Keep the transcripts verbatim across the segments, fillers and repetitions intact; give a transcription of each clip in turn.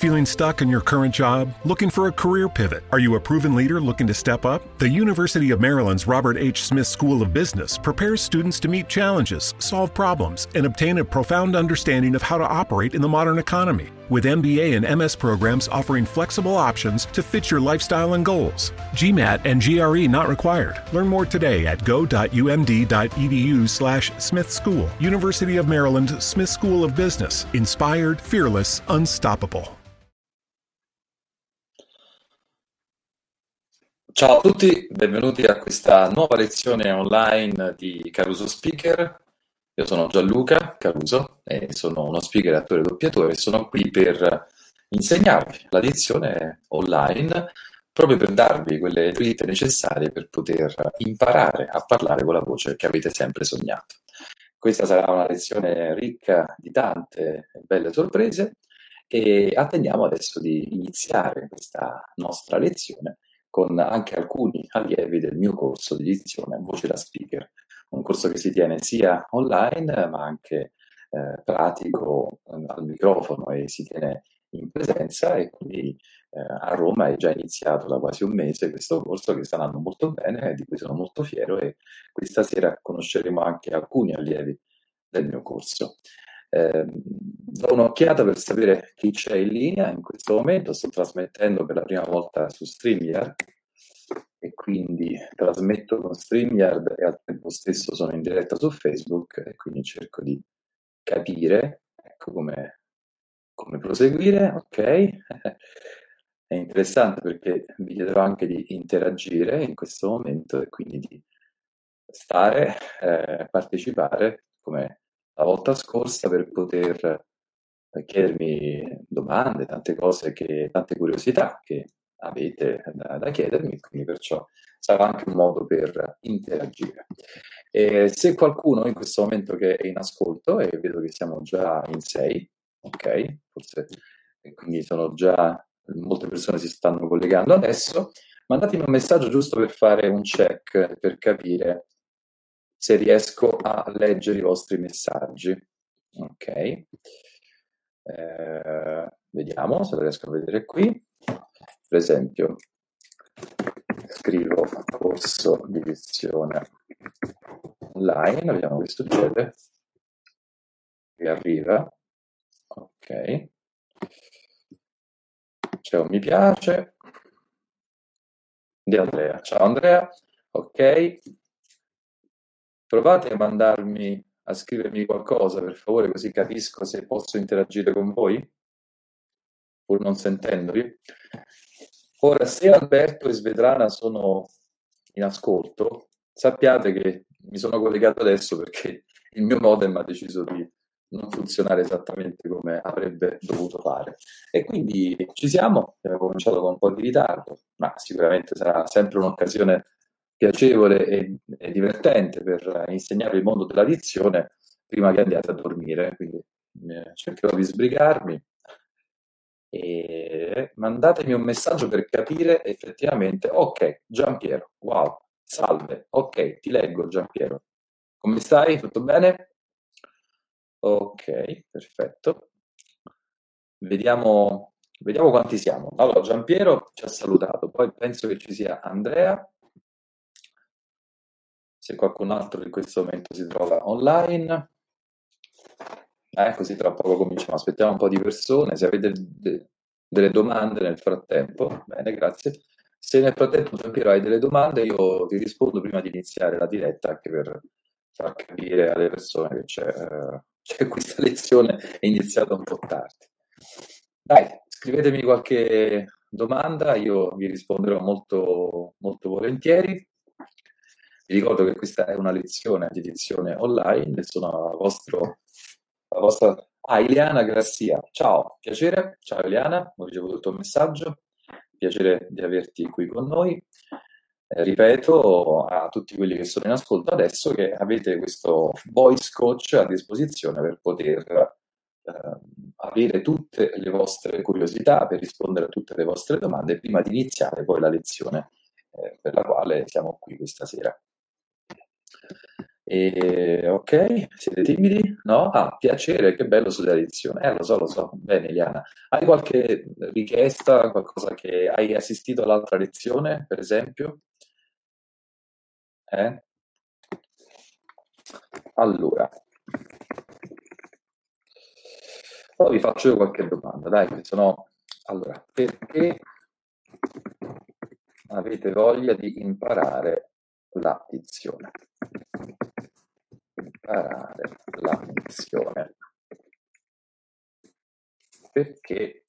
Feeling stuck in your current job? Looking for a career pivot? Are you a proven leader looking to step up? The University of Maryland's Robert H. Smith School of Business prepares students to meet challenges, solve problems, and obtain a profound understanding of how to operate in the modern economy. With M B A and M S programs offering flexible options to fit your lifestyle and goals. GMAT and G R E not required. Learn more today at go.umd.edu slash Smith School. University of Maryland Smith School of Business. Inspired, fearless, unstoppable. Ciao a tutti, benvenuti a questa nuova lezione online di Caruso Speaker. Io sono Gianluca Caruso e sono uno speaker e attore doppiatore e sono qui per insegnarvi la lezione online proprio per darvi quelle dritte necessarie per poter imparare a parlare con la voce che avete sempre sognato. Questa sarà una lezione ricca di tante belle sorprese e attendiamo adesso di iniziare questa nostra lezione con anche alcuni allievi del mio corso di dizione Voce da Speaker, un corso che si tiene sia online ma anche eh, pratico eh, al microfono e si tiene in presenza, e quindi eh, a Roma è già iniziato da quasi un mese questo corso che sta andando molto bene e di cui sono molto fiero, e questa sera conosceremo anche alcuni allievi del mio corso. Eh, do un'occhiata per sapere chi c'è in linea in questo momento. Sto trasmettendo per la prima volta su StreamYard e quindi trasmetto con StreamYard e al tempo stesso sono in diretta su Facebook, e quindi cerco di capire ecco come, come proseguire. Ok, è interessante perché vi chiederò anche di interagire in questo momento e quindi di stare, eh, partecipare come la volta scorsa per poter chiedermi domande, tante cose, che, tante curiosità che avete da, da chiedermi, quindi perciò sarà anche un modo per interagire. E se qualcuno in questo momento che è in ascolto, e vedo che siamo già in sei, ok, forse, e quindi sono già, molte persone si stanno collegando adesso, mandatemi un messaggio giusto per fare un check, per capire se riesco a leggere i vostri messaggi. Ok, eh, vediamo se lo riesco a vedere qui. Per esempio, scrivo corso di dizione online, vediamo che succede. Che arriva. Ok, c'è un mi piace di Andrea. Ciao Andrea. Ok, provate a mandarmi, a scrivermi qualcosa per favore, così capisco se posso interagire con voi, pur non sentendovi. Ora, se Alberto e Svetlana sono in ascolto, sappiate che mi sono collegato adesso perché il mio modem ha deciso di non funzionare esattamente come avrebbe dovuto fare. E quindi ci siamo, abbiamo cominciato con un po' di ritardo, ma sicuramente sarà sempre un'occasione piacevole e, e divertente per insegnare il mondo della dizione prima che andiate a dormire, quindi eh, cercherò di sbrigarmi e mandatemi un messaggio per capire effettivamente. Ok, Giampiero, wow, salve, ok, ti leggo Giampiero, come stai? Tutto bene? Ok, perfetto, vediamo, vediamo quanti siamo. Allora, Giampiero ci ha salutato, poi penso che ci sia Andrea, se qualcun altro in questo momento si trova online. Eh, così tra poco cominciamo, aspettiamo un po' di persone, se avete de- delle domande nel frattempo, bene, grazie. Se nel frattempo Giampiero hai delle domande, io ti rispondo prima di iniziare la diretta, anche per far capire alle persone che c'è, eh, c'è questa lezione è iniziata un po' tardi. Dai, scrivetemi qualche domanda, io vi risponderò molto, molto volentieri. Vi ricordo che questa è una lezione di dizione online e sono a vostro, a vostra... Ah, Ileana Grassia, ciao, piacere, ciao Ileana, ho ricevuto il tuo messaggio, piacere di averti qui con noi. Eh, ripeto a tutti quelli che sono in ascolto adesso che avete questo voice coach a disposizione per poter eh, avere tutte le vostre curiosità, per rispondere a tutte le vostre domande prima di iniziare poi la lezione eh, per la quale siamo qui questa sera. E, ok, siete timidi? No? Ah, piacere, che bello studiare edizione. Eh, lo so, lo so. Bene, Eliana. Hai qualche richiesta, qualcosa che hai assistito all'altra lezione, per esempio? Eh? Allora, poi vi faccio io qualche domanda, dai, che sennò... Allora, perché avete voglia di imparare la dizione? Imparare la dizione. Perché?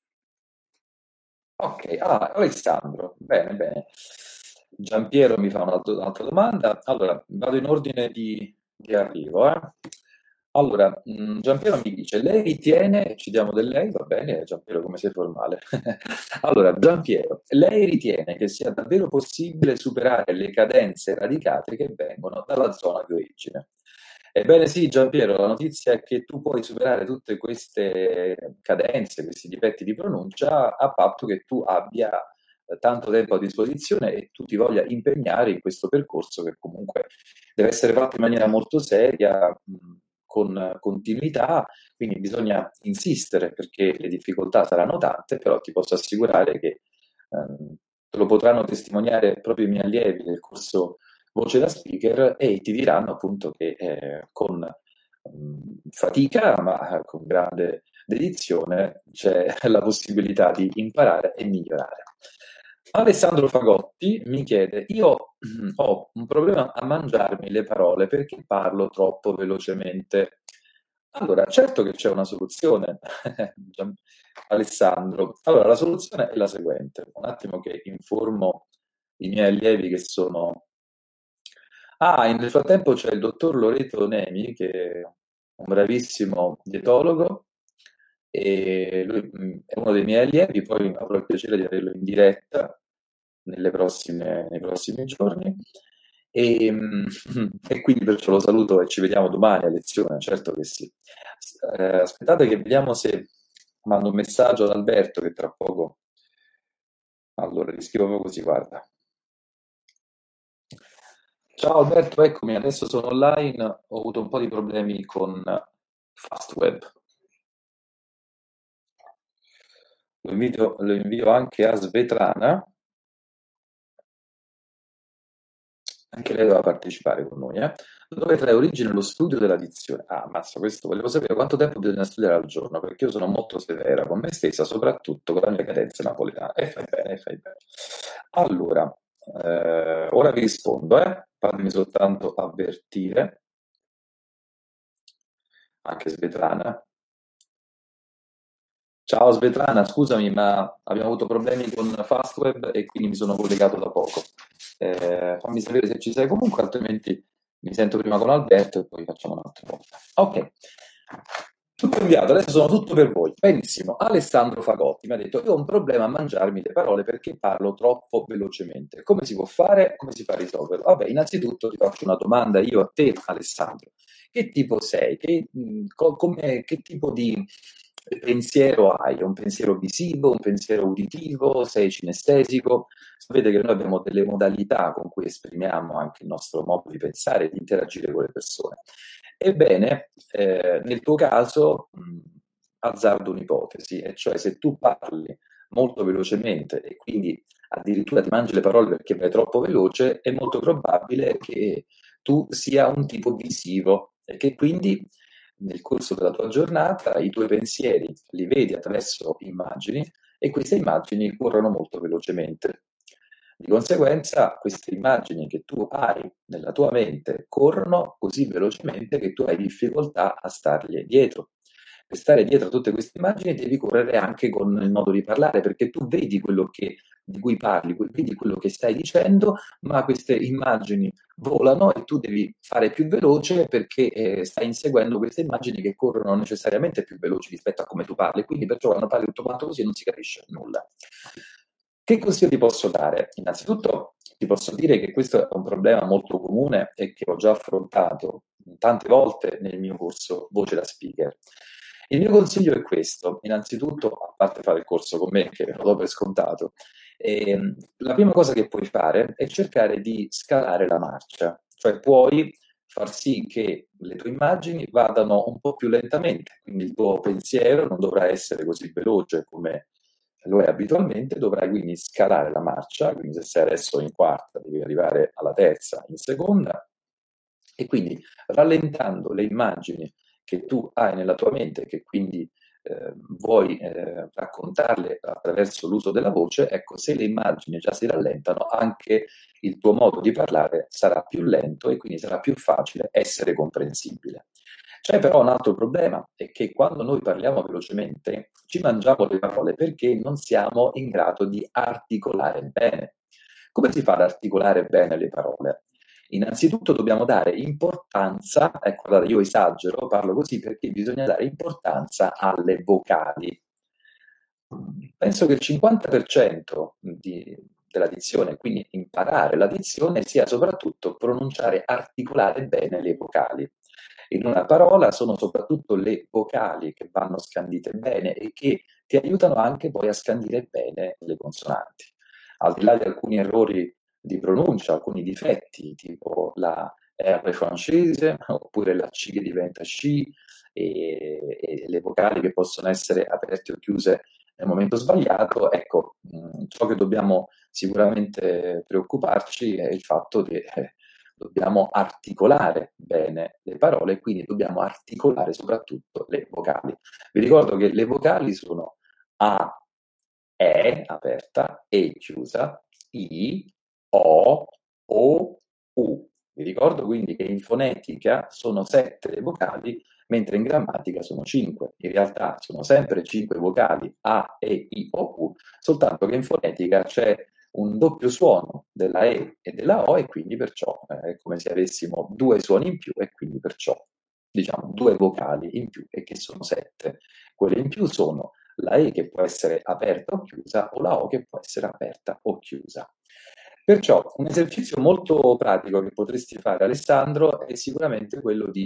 Ok, ah, Alessandro, bene, bene. Giampiero mi fa un'altra un'altra domanda. Allora, vado in ordine di, di arrivo, eh. Allora, mh, Giampiero mi dice, lei ritiene, ci diamo del lei, va bene, Giampiero come sei formale. Allora, Giampiero, lei ritiene che sia davvero possibile superare le cadenze radicate che vengono dalla zona di origine? Ebbene sì, Giampiero, la notizia è che tu puoi superare tutte queste cadenze, questi difetti di pronuncia, a patto che tu abbia eh, tanto tempo a disposizione e tu ti voglia impegnare in questo percorso che comunque deve essere fatto in maniera molto seria, mh, con continuità, quindi bisogna insistere perché le difficoltà saranno tante, però ti posso assicurare che ehm, te lo potranno testimoniare proprio i miei allievi del corso Voce da Speaker e ti diranno appunto che eh, con mh, fatica, ma con grande dedizione, c'è la possibilità di imparare e migliorare. Alessandro Fagotti mi chiede: io ho un problema a mangiarmi le parole perché parlo troppo velocemente. Allora, certo che c'è una soluzione, Gian- Alessandro. Allora, la soluzione è la seguente. Un attimo che informo i miei allievi che sono... Ah, nel frattempo c'è il dottor Loreto Nemi, che è un bravissimo dietologo, e lui mh, è uno dei miei allievi, poi avrò il piacere di averlo in diretta nelle prossime- nei prossimi giorni. E, mh, e quindi perciò lo saluto e ci vediamo domani a lezione, certo che sì. Eh, aspettate che vediamo se mando un messaggio ad Alberto che tra poco... Allora, gli scrivo proprio così, guarda. Ciao Alberto, eccomi, adesso sono online, ho avuto un po' di problemi con Fastweb. Lo invito- lo invio anche a Svetlana, anche lei doveva partecipare con noi, eh? Dove trae origine lo studio della dizione? Ah, ammazza, questo volevo sapere quanto tempo bisogna studiare al giorno, perché io sono molto severa con me stessa, soprattutto con la mia cadenza napoletana. E fai bene, e fai bene. Allora, eh, ora vi rispondo, eh? Fatemi soltanto avvertire, anche Svetlana. Ciao Svetlana, scusami, ma abbiamo avuto problemi con Fastweb e quindi mi sono collegato da poco. Eh, fammi sapere se ci sei comunque, altrimenti mi sento prima con Alberto e poi facciamo un'altra volta. Ok, tutto inviato, adesso sono tutto per voi. Benissimo. Alessandro Fagotti mi ha detto: io ho un problema a mangiarmi le parole perché parlo troppo velocemente. Come si può fare? Come si fa a risolverlo? Vabbè, innanzitutto ti faccio una domanda io a te, Alessandro. Che tipo sei? Che, mh, co- come- che tipo di pensiero hai? Un pensiero visivo, un pensiero uditivo? Sei cinestesico? Sapete che noi abbiamo delle modalità con cui esprimiamo anche il nostro modo di pensare e di interagire con le persone. Ebbene, eh, nel tuo caso, mh, azzardo un'ipotesi, e cioè se tu parli molto velocemente e quindi addirittura ti mangi le parole perché vai troppo veloce, è molto probabile che tu sia un tipo visivo e che quindi nel corso della tua giornata i tuoi pensieri li vedi attraverso immagini e queste immagini corrono molto velocemente. Di conseguenza, queste immagini che tu hai nella tua mente corrono così velocemente che tu hai difficoltà a stargli dietro. Per stare dietro a tutte queste immagini devi correre anche con il modo di parlare, perché tu vedi quello che, di cui parli, vedi quello che stai dicendo, ma queste immagini volano e tu devi fare più veloce perché eh, stai inseguendo queste immagini che corrono necessariamente più veloci rispetto a come tu parli. Quindi perciò quando parli tutto quanto così non si capisce nulla. Che consiglio ti posso dare? Innanzitutto ti posso dire che questo è un problema molto comune e che ho già affrontato tante volte nel mio corso Voce da Speaker. Il mio consiglio è questo: innanzitutto, a parte fare il corso con me, che lo do per scontato, ehm, la prima cosa che puoi fare è cercare di scalare la marcia, cioè puoi far sì che le tue immagini vadano un po' più lentamente, quindi il tuo pensiero non dovrà essere così veloce come lo è abitualmente, dovrai quindi scalare la marcia, quindi se sei adesso in quarta devi arrivare alla terza in seconda, e quindi rallentando le immagini che tu hai nella tua mente, che quindi eh, vuoi eh, raccontarle attraverso l'uso della voce, ecco, se le immagini già si rallentano, anche il tuo modo di parlare sarà più lento e quindi sarà più facile essere comprensibile. C'è però un altro problema, è che quando noi parliamo velocemente ci mangiamo le parole perché non siamo in grado di articolare bene. Come si fa ad articolare bene le parole? Innanzitutto dobbiamo dare importanza, ecco, guardate, io esagero, parlo così perché bisogna dare importanza alle vocali. Penso che il cinquanta per cento di, della dizione, quindi imparare la dizione, sia soprattutto pronunciare, articolare bene le vocali. In una parola sono soprattutto le vocali che vanno scandite bene e che ti aiutano anche poi a scandire bene le consonanti. Al di là di alcuni errori di pronuncia, alcuni difetti, tipo la R francese, oppure la C che diventa C, e, e le vocali che possono essere aperte o chiuse nel momento sbagliato, ecco, mh, ciò che dobbiamo sicuramente preoccuparci è il fatto che eh, dobbiamo articolare bene le parole, quindi dobbiamo articolare soprattutto le vocali. Vi ricordo che le vocali sono A, E aperta, E chiusa, I, O, O, U. Vi ricordo quindi che in fonetica sono sette le vocali, mentre in grammatica sono cinque. In realtà sono sempre cinque vocali, A, E, I, O, U, soltanto che in fonetica c'è un doppio suono della E e della O, e quindi perciò eh, è come se avessimo due suoni in più, e quindi perciò diciamo due vocali in più, e che sono sette. Quelle in più sono la E che può essere aperta o chiusa, o la O che può essere aperta o chiusa. Perciò un esercizio molto pratico che potresti fare, Alessandro, è sicuramente quello di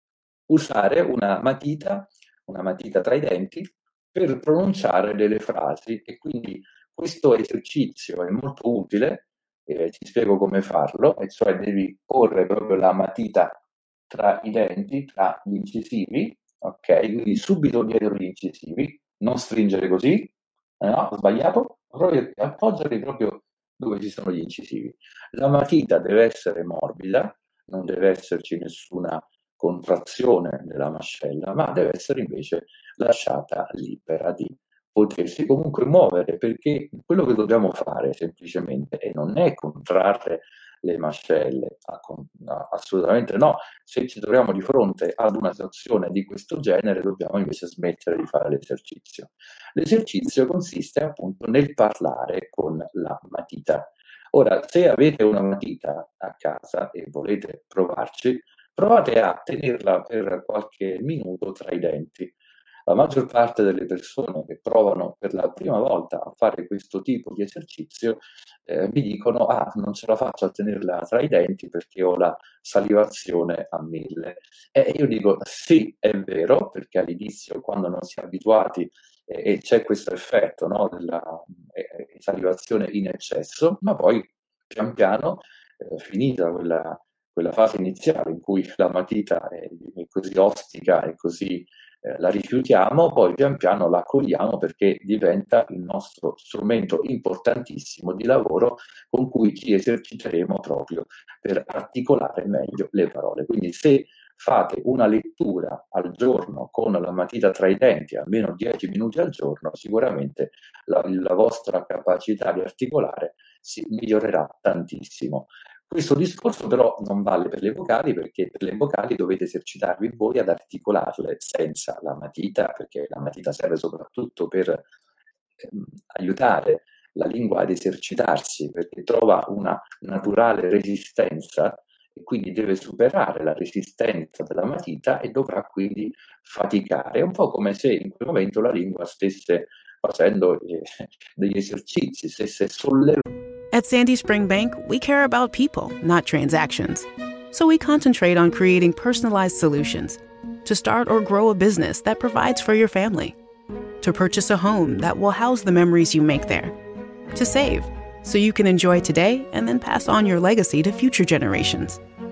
usare una matita, una matita tra i denti, per pronunciare delle frasi, e quindi questo esercizio è molto utile, eh, ti spiego come farlo, e cioè devi porre proprio la matita tra i denti, tra gli incisivi, ok? Quindi subito dietro gli incisivi, non stringere così, eh, no, sbagliato, proprio appoggiali proprio dove ci sono gli incisivi. La matita deve essere morbida, non deve esserci nessuna contrazione della mascella, ma deve essere invece lasciata libera di potersi comunque muovere, perché quello che dobbiamo fare semplicemente e non è contrarre le mascelle, assolutamente no. Se ci troviamo di fronte ad una situazione di questo genere, dobbiamo invece smettere di fare l'esercizio. L'esercizio consiste appunto nel parlare con la matita. Ora, se avete una matita a casa e volete provarci, provate a tenerla per qualche minuto tra i denti. La maggior parte delle persone che provano per la prima volta a fare questo tipo di esercizio eh, mi dicono: ah, non ce la faccio a tenerla tra i denti perché ho la salivazione a mille. E io dico: sì, è vero, perché all'inizio, quando non si è abituati, eh, e c'è questo effetto, no, della eh, salivazione in eccesso, ma poi pian piano, eh, finita quella, quella fase iniziale in cui la matita è, è così ostica e così Eh, la rifiutiamo, poi pian piano la accogliamo, perché diventa il nostro strumento importantissimo di lavoro con cui ci eserciteremo proprio per articolare meglio le parole. Quindi se fate una lettura al giorno con la matita tra i denti, almeno dieci minuti al giorno, sicuramente la, la vostra capacità di articolare si migliorerà tantissimo. Questo discorso però non vale per le vocali, perché per le vocali dovete esercitarvi voi ad articolarle senza la matita, perché la matita serve soprattutto per ehm, aiutare la lingua ad esercitarsi, perché trova una naturale resistenza e quindi deve superare la resistenza della matita e dovrà quindi faticare. È un po' come se in quel momento la lingua stesse facendo eh, degli esercizi, stesse sollevando. At Sandy Spring Bank, we care about people, not transactions. So we concentrate on creating personalized solutions to start or grow a business that provides for your family, to purchase a home that will house the memories you make there, to save so you can enjoy today and then pass on your legacy to future generations.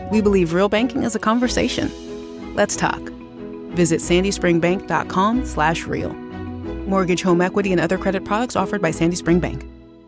We believe real banking is a conversation. Let's talk. Visit sandyspringbank.com slash real. Mortgage, home equity, and other credit products offered by Sandy Spring Bank.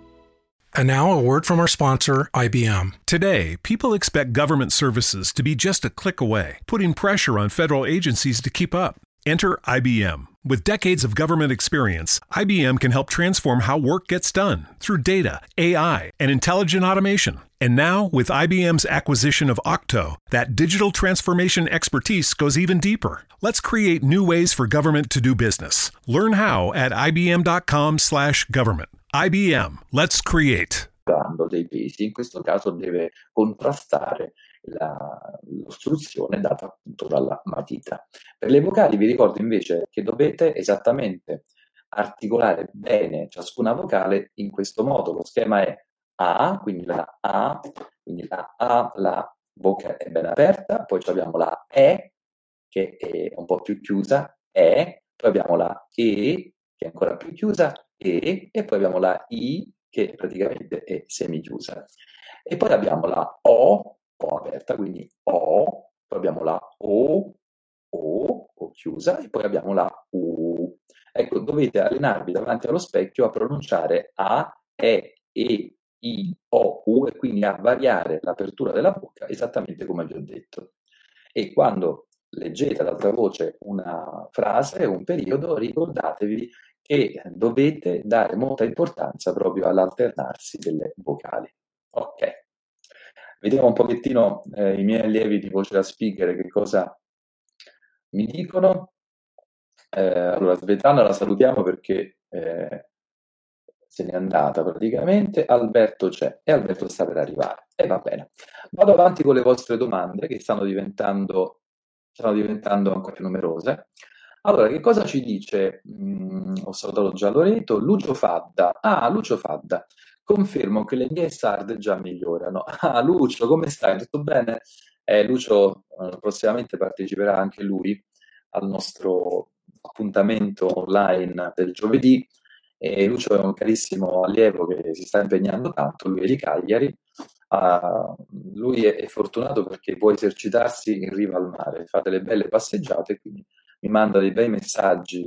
And now a word from our sponsor, I B M. Today, people expect government services to be just a click away, putting pressure on federal agencies to keep up. Enter I B M. With decades of government experience, I B M can help transform how work gets done through data, A I, and intelligent automation. And now, with I B M's acquisition of Octo, that digital transformation expertise goes even deeper. Let's create new ways for government to do business. Learn how at ibm.com slash government. I B M. Let's create. Dando dei pesi, in questo caso deve contrastare la, l'ostruzione data appunto dalla matita. Per le vocali vi ricordo invece che dovete esattamente articolare bene ciascuna vocale in questo modo. Lo schema è A, quindi la A, quindi la A, la bocca è ben aperta, poi abbiamo la E che è un po' più chiusa, E, poi abbiamo la E che è ancora più chiusa, E, e poi abbiamo la I che praticamente è semichiusa. E poi abbiamo la O, O aperta, quindi O, poi abbiamo la O, O, O chiusa, e poi abbiamo la U. Ecco, dovete allenarvi davanti allo specchio a pronunciare A, E, E, I, O, U e quindi a variare l'apertura della bocca esattamente come vi ho detto. E quando leggete ad alta voce una frase, un periodo, ricordatevi che dovete dare molta importanza proprio all'alternarsi delle vocali. Ok, vediamo un pochettino eh, i miei allievi di voce da speaker che cosa mi dicono. Eh, allora, Svetlana la salutiamo perché eh, se n'è andata praticamente. Alberto c'è e Alberto sta per arrivare e va bene. Vado avanti con le vostre domande che stanno diventando, stanno diventando ancora più numerose. Allora, che cosa ci dice? Mm, ho salutato già Loreto. Lucio Fadda. Ah, Lucio Fadda. Confermo che le mie sarde già migliorano. Ah, Lucio, come stai? Tutto bene? Eh, Lucio eh, prossimamente parteciperà anche lui al nostro appuntamento online del giovedì. E Lucio è un carissimo allievo che si sta impegnando tanto, lui è di Cagliari. Uh, lui è, è fortunato perché può esercitarsi in riva al mare, fa delle belle passeggiate, quindi mi manda dei bei messaggi,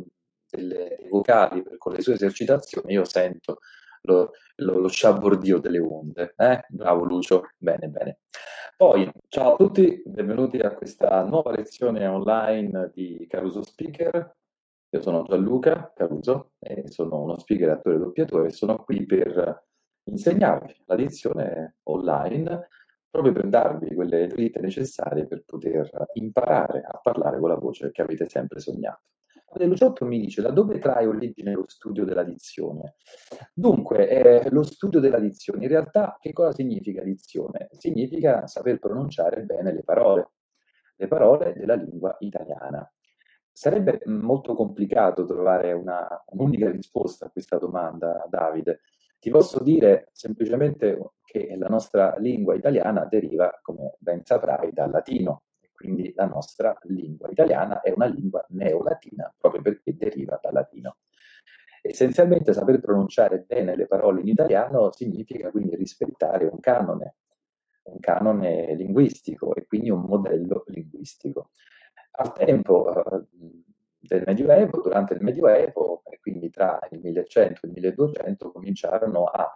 delle vocali per, con le sue esercitazioni, io sento lo, lo, lo sciabordio delle onde. Eh? Bravo Lucio, bene bene. Poi, ciao a tutti, benvenuti a questa nuova lezione online di Caruso Speaker. Io sono Gianluca Caruso e sono uno speaker, attore e doppiatore e sono qui per insegnarvi la dizione online proprio per darvi quelle dritte necessarie per poter imparare a parlare con la voce che avete sempre sognato. Luciotto mi dice: da dove trae origine lo studio della dizione? Dunque, eh, lo studio della dizione, in realtà che cosa significa dizione? Significa saper pronunciare bene le parole, le parole della lingua italiana. Sarebbe molto complicato trovare una, un'unica risposta a questa domanda, Davide. Ti posso dire semplicemente che la nostra lingua italiana deriva, come ben saprai, dal latino. Quindi la nostra lingua italiana è una lingua neolatina, proprio perché deriva dal latino. Essenzialmente saper pronunciare bene le parole in italiano significa quindi rispettare un canone, un canone linguistico e quindi un modello linguististico. Al tempo uh, del Medioevo, durante il Medioevo, e quindi tra il millecento e il milleduecento, cominciarono a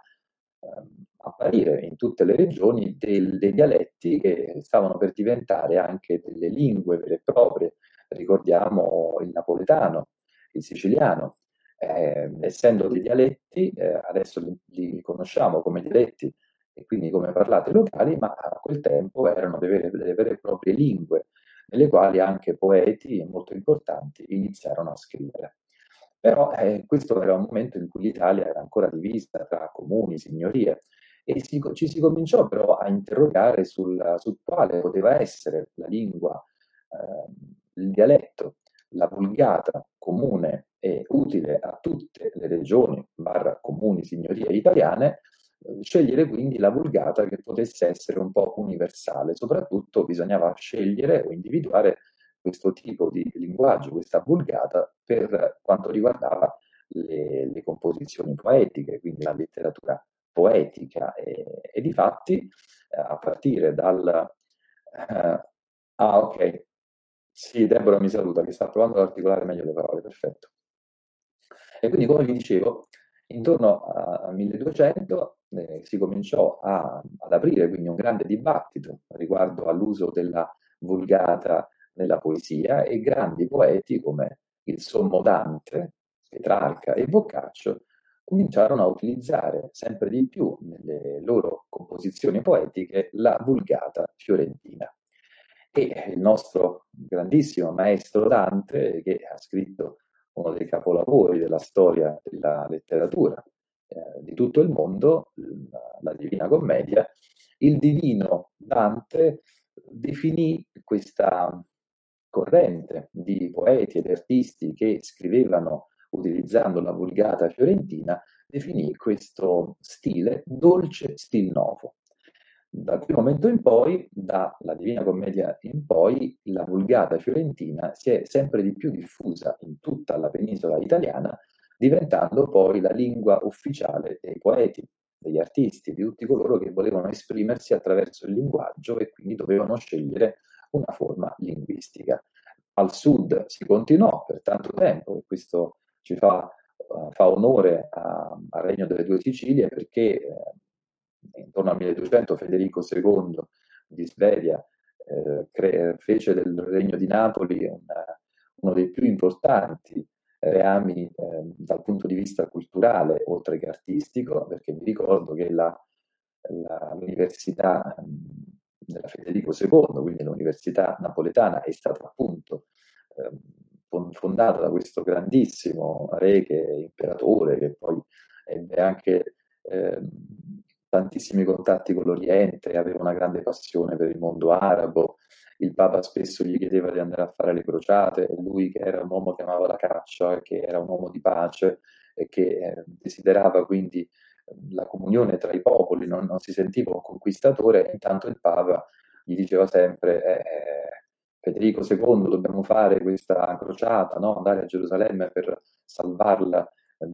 um, apparire in tutte le regioni del, dei dialetti che stavano per diventare anche delle lingue vere e proprie. Ricordiamo il napoletano, il siciliano. Eh, essendo dei dialetti, eh, adesso li, li conosciamo come dialetti e quindi come parlate locali, ma a quel tempo erano delle, delle vere e proprie lingue, nelle quali anche poeti molto importanti iniziarono a scrivere. Però eh, questo era un momento in cui l'Italia era ancora divisa tra comuni, signorie, e si, ci si cominciò però a interrogare sul, su quale poteva essere la lingua, eh, il dialetto, la vulgata comune e utile a tutte le regioni, barra comuni, signorie italiane, scegliere quindi la vulgata che potesse essere un po' universale. Soprattutto bisognava scegliere o individuare questo tipo di linguaggio, questa vulgata, per quanto riguardava le, le composizioni poetiche, quindi la letteratura poetica. E, e difatti, a partire dal, Eh, ah, ok. Sì, Deborah mi saluta, che sta provando ad articolare meglio le parole, perfetto. E quindi, come vi dicevo, intorno a- al milleduecento eh, si cominciò a- ad aprire quindi un grande dibattito riguardo all'uso della vulgata nella poesia, e grandi poeti come il sommo Dante, Petrarca e Boccaccio cominciarono a utilizzare sempre di più nelle loro composizioni poetiche la vulgata fiorentina. E il nostro grandissimo maestro Dante, che ha scritto uno dei capolavori della storia della letteratura eh, di tutto il mondo, la, la Divina Commedia, il divino Dante definì questa corrente di poeti ed artisti che scrivevano utilizzando la vulgata fiorentina, definì questo stile dolce stil novo. Da quel momento in poi, dalla Divina Commedia in poi, la vulgata fiorentina si è sempre di più diffusa in tutta la penisola italiana, diventando poi la lingua ufficiale dei poeti, degli artisti, di tutti coloro che volevano esprimersi attraverso il linguaggio e quindi dovevano scegliere una forma linguistica. Al sud si continuò per tanto tempo, e questo ci fa, uh, fa onore a, al Regno delle Due Sicilie, perché eh, intorno al milleduecento Federico secondo di Svevia eh, cre- fece del Regno di Napoli una, uno dei più importanti reami eh, dal punto di vista culturale, oltre che artistico, perché vi ricordo che la, la, l'università della Federico secondo, quindi l'università napoletana, è stata appunto eh, fondata da questo grandissimo re, che è imperatore, che poi ebbe anche eh, tantissimi contatti con l'Oriente, aveva una grande passione per il mondo arabo. Il Papa spesso gli chiedeva di andare a fare le crociate, e lui, che era un uomo che amava la caccia, che era un uomo di pace e che eh, desiderava quindi la comunione tra i popoli, non, non si sentiva un conquistatore. Intanto il Papa gli diceva sempre eh, Federico secondo, dobbiamo fare questa crociata, no? Andare a Gerusalemme per salvarla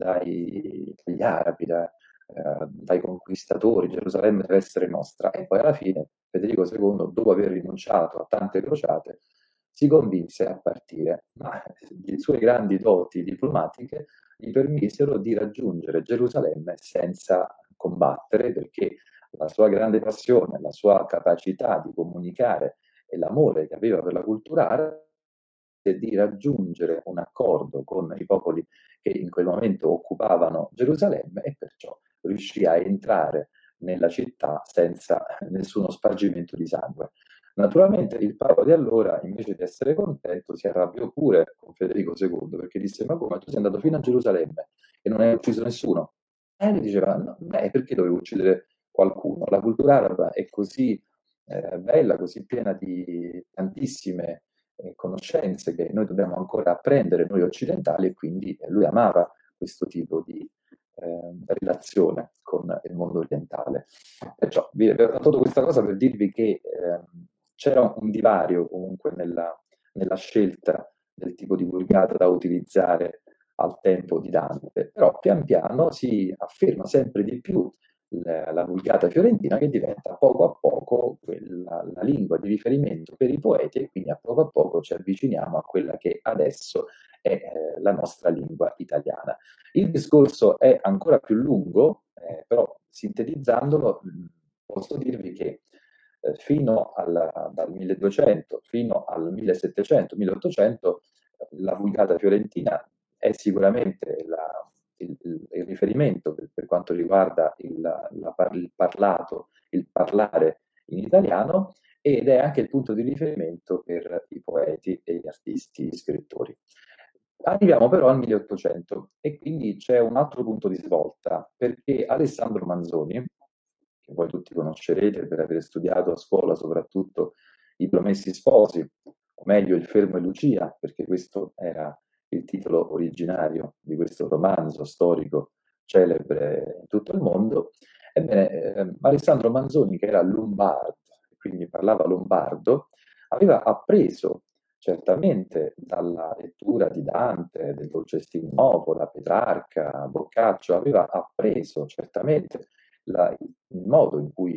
dai, dagli arabi, da, eh, dai conquistatori. Gerusalemme deve essere nostra. E poi alla fine Federico secondo, dopo aver rinunciato a tante crociate, si convinse a partire, ma le sue grandi doti diplomatiche gli permisero di raggiungere Gerusalemme senza combattere, perché la sua grande passione, la sua capacità di comunicare e l'amore che aveva per la cultura arabe, di raggiungere un accordo con i popoli che in quel momento occupavano Gerusalemme, e perciò riuscì a entrare nella città senza nessuno spargimento di sangue. Naturalmente il Papa di allora, invece di essere contento, si arrabbiò pure con Federico secondo, perché disse: ma come, tu sei andato fino a Gerusalemme e non hai ucciso nessuno? E lui diceva: no, beh, perché dovevo uccidere qualcuno? La cultura araba è così eh, bella, così piena di tantissime eh, conoscenze che noi dobbiamo ancora apprendere, noi occidentali, e quindi lui amava questo tipo di eh, relazione con il mondo orientale. Perciò vi racconto questa cosa per dirvi che eh, c'era un divario comunque nella, nella scelta del tipo di vulgata da utilizzare al tempo di Dante, però pian piano si afferma sempre di più la, la vulgata fiorentina, che diventa poco a poco quella, la lingua di riferimento per i poeti, e quindi a poco a poco ci avviciniamo a quella che adesso è eh, la nostra lingua italiana. Il discorso è ancora più lungo, eh, però sintetizzandolo mh, posso dirvi che eh, fino al, dal milleduecento fino al millesettecento milleottocento la vulgata fiorentina è sicuramente la, il, il, riferimento per, per quanto riguarda il, la, il parlato, il parlare in italiano, ed è anche il punto di riferimento per i poeti e gli artisti, gli scrittori. Arriviamo però al milleottocento, e quindi c'è un altro punto di svolta, perché Alessandro Manzoni, che voi tutti conoscerete per aver studiato a scuola soprattutto I Promessi Sposi, o meglio Il Fermo e Lucia, perché questo era il titolo originario di questo romanzo storico celebre in tutto il mondo. Ebbene, eh, Alessandro Manzoni, che era lombardo, quindi parlava lombardo, aveva appreso certamente dalla lettura di Dante, del Dolce Stil Novo, da Petrarca, Boccaccio, aveva appreso certamente la, il modo in cui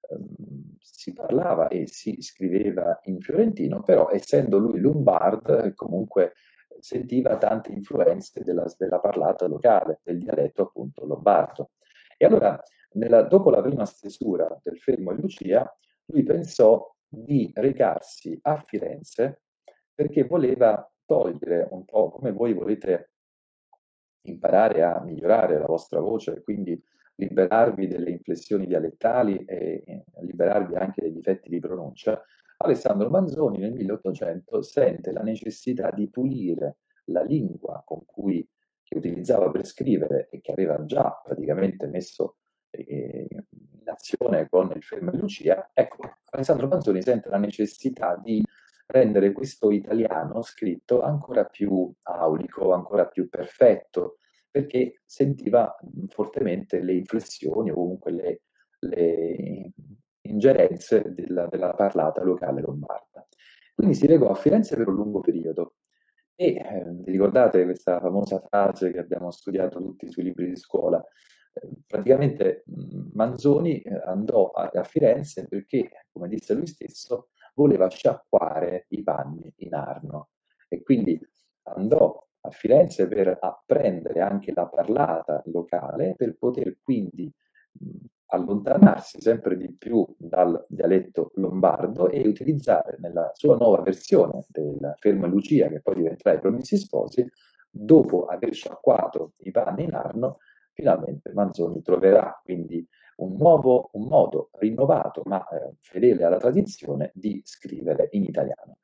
ehm, si parlava e si scriveva in fiorentino, però essendo lui lombardo comunque sentiva tante influenze della, della parlata locale, del dialetto appunto lombardo. E allora, nella, dopo la prima stesura del Fermo e Lucia, lui pensò di recarsi a Firenze perché voleva togliere un po', come voi volete imparare a migliorare la vostra voce e quindi liberarvi delle inflessioni dialettali e liberarvi anche dei difetti di pronuncia, Alessandro Manzoni nel milleottocento sente la necessità di pulire la lingua con cui che utilizzava per scrivere e che aveva già praticamente messo eh, in azione con il Fermo e Lucia. Ecco, Alessandro Manzoni sente la necessità di rendere questo italiano scritto ancora più aulico, ancora più perfetto, perché sentiva fortemente le inflessioni o comunque le, le ingerenze della, della parlata locale lombarda. Quindi si recò a Firenze per un lungo periodo e eh, vi ricordate questa famosa frase che abbiamo studiato tutti sui libri di scuola? Eh, praticamente mh, Manzoni andò a, a Firenze perché, come disse lui stesso, voleva sciacquare i panni in Arno e quindi andò a Firenze per apprendere anche la parlata locale per poter quindi mh, allontanarsi sempre di più dal dialetto lombardo e utilizzare nella sua nuova versione del Fermo e Lucia, che poi diventerà I Promessi Sposi, dopo aver sciacquato i panni in Arno, finalmente Manzoni troverà quindi un nuovo un modo rinnovato ma eh, fedele alla tradizione di scrivere in italiano.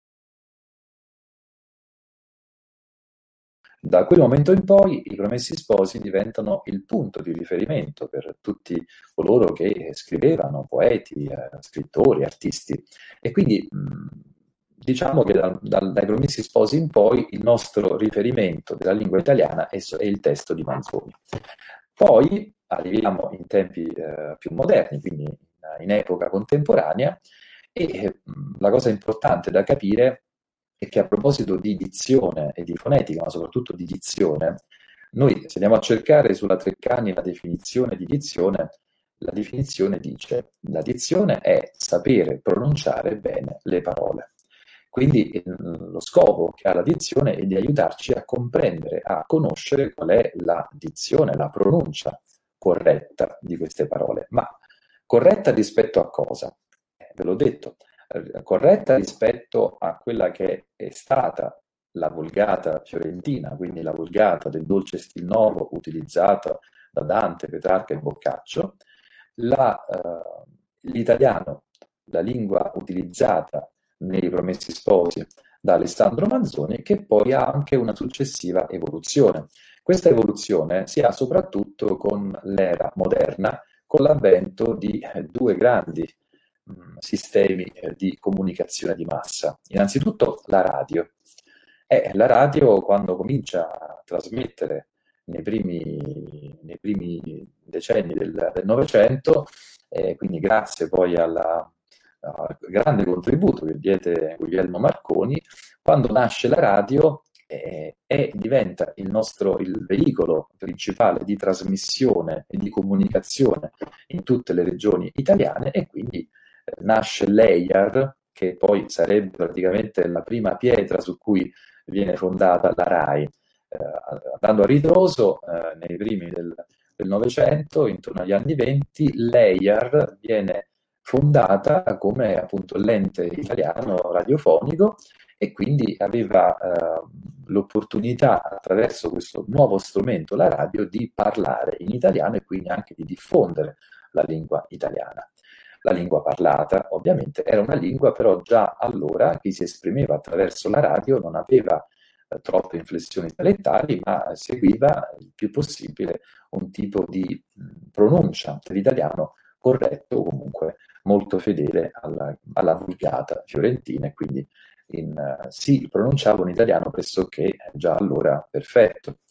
Da quel momento in poi I Promessi Sposi diventano il punto di riferimento per tutti coloro che scrivevano, poeti, eh, scrittori, artisti. E quindi mh, diciamo che da, da, dai Promessi Sposi in poi il nostro riferimento della lingua italiana è, è il testo di Manzoni. Poi arriviamo in tempi eh, più moderni, quindi in, in epoca contemporanea, e eh, la cosa importante da capire è che a proposito di dizione e di fonetica, ma soprattutto di dizione, noi se andiamo a cercare sulla Treccani la definizione di dizione, la definizione dice: la dizione è sapere pronunciare bene le parole. Quindi eh, lo scopo che ha la dizione è di aiutarci a comprendere, a conoscere qual è la dizione, la pronuncia corretta di queste parole. Ma corretta rispetto a cosa? Eh, ve l'ho detto, eh, corretta rispetto a quella che è stata la Vulgata fiorentina, quindi la Vulgata del dolce stil novo utilizzata da Dante, Petrarca e Boccaccio, la, eh, l'italiano, la lingua utilizzata nei Promessi Sposi da Alessandro Manzoni, che poi ha anche una successiva evoluzione. Questa evoluzione si ha soprattutto con l'era moderna, con l'avvento di due grandi mh, sistemi eh, di comunicazione di massa. Innanzitutto la radio. Eh, la radio, quando comincia a trasmettere nei primi, nei primi decenni del, del Novecento, eh, quindi grazie poi alla Uh, grande contributo che diede Guglielmo Marconi, quando nasce la radio eh, e diventa il nostro il veicolo principale di trasmissione e di comunicazione in tutte le regioni italiane, e quindi eh, nasce l'E I A R, che poi sarebbe praticamente la prima pietra su cui viene fondata la RAI. Eh, andando a ritroso, eh, nei primi del, del Novecento, intorno agli anni venti, l'E I A R viene fondata come appunto l'ente italiano radiofonico, e quindi aveva eh, l'opportunità, attraverso questo nuovo strumento, la radio, di parlare in italiano e quindi anche di diffondere la lingua italiana. La lingua parlata ovviamente era una lingua, però già allora chi si esprimeva attraverso la radio non aveva eh, troppe inflessioni dialettali, ma seguiva il più possibile un tipo di mh, pronuncia dell'italiano corretto, comunque molto fedele alla, alla Vulgata fiorentina, e quindi in, uh, si pronunciava un italiano pressoché già allora perfetto.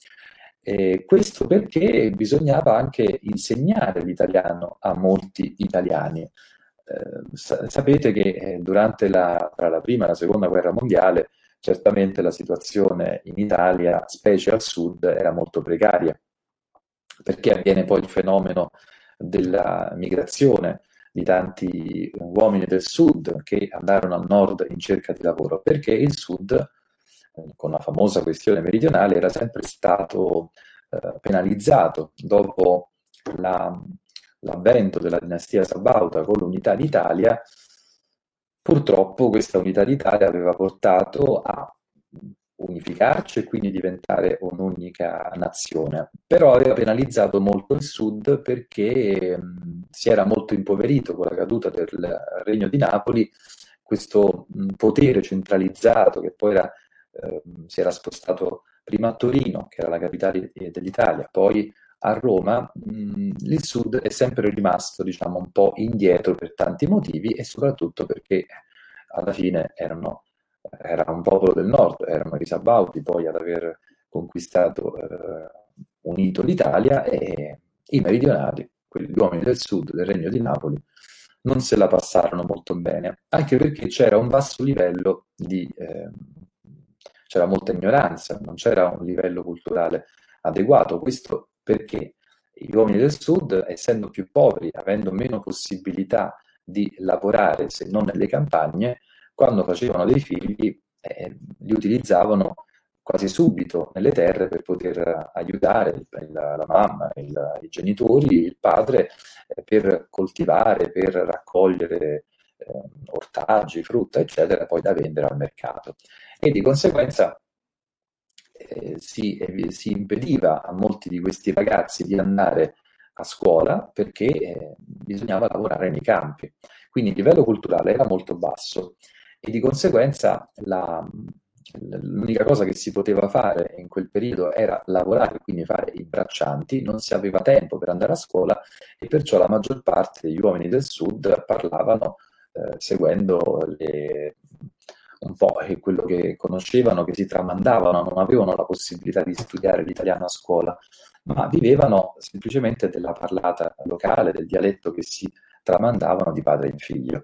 E questo perché bisognava anche insegnare l'italiano a molti italiani. Eh, sa- sapete che eh, durante la, tra la prima e la seconda guerra mondiale certamente la situazione in Italia, specie al sud, era molto precaria, perché avviene poi il fenomeno della migrazione di tanti uomini del sud che andarono al nord in cerca di lavoro, perché il sud, eh, con la famosa questione meridionale, era sempre stato eh, penalizzato. Dopo la, l'avvento della dinastia Sabauta con l'unità d'Italia, purtroppo questa unità d'Italia aveva portato a unificarci e quindi diventare un'unica nazione, però aveva penalizzato molto il sud perché mh, si era molto impoverito con la caduta del Regno di Napoli. Questo mh, potere centralizzato che poi era, eh, si era spostato prima a Torino, che era la capitale dell'Italia, poi a Roma, mh, il sud è sempre rimasto, diciamo, un po' indietro per tanti motivi e soprattutto perché alla fine erano era un popolo del nord, erano i Sabauti poi ad aver conquistato, eh, unito l'Italia, e i meridionali, quelli, gli uomini del sud del Regno di Napoli, non se la passarono molto bene, anche perché c'era un basso livello di, eh, c'era molta ignoranza, non c'era un livello culturale adeguato. Questo perché gli uomini del sud, essendo più poveri, avendo meno possibilità di lavorare se non nelle campagne, quando facevano dei figli eh, li utilizzavano quasi subito nelle terre per poter aiutare il, la, la mamma, il, i genitori, il padre, eh, per coltivare, per raccogliere eh, ortaggi, frutta, eccetera, poi da vendere al mercato. E di conseguenza eh, si, eh, si impediva a molti di questi ragazzi di andare a scuola perché eh, bisognava lavorare nei campi. Quindi il livello culturale era molto basso. E di conseguenza la, l'unica cosa che si poteva fare in quel periodo era lavorare, quindi fare i braccianti, non si aveva tempo per andare a scuola e perciò la maggior parte degli uomini del sud parlavano eh, seguendo le, un po' quello che conoscevano, che si tramandavano, non avevano la possibilità di studiare l'italiano a scuola, ma vivevano semplicemente della parlata locale, del dialetto che si tramandavano di padre in figlio.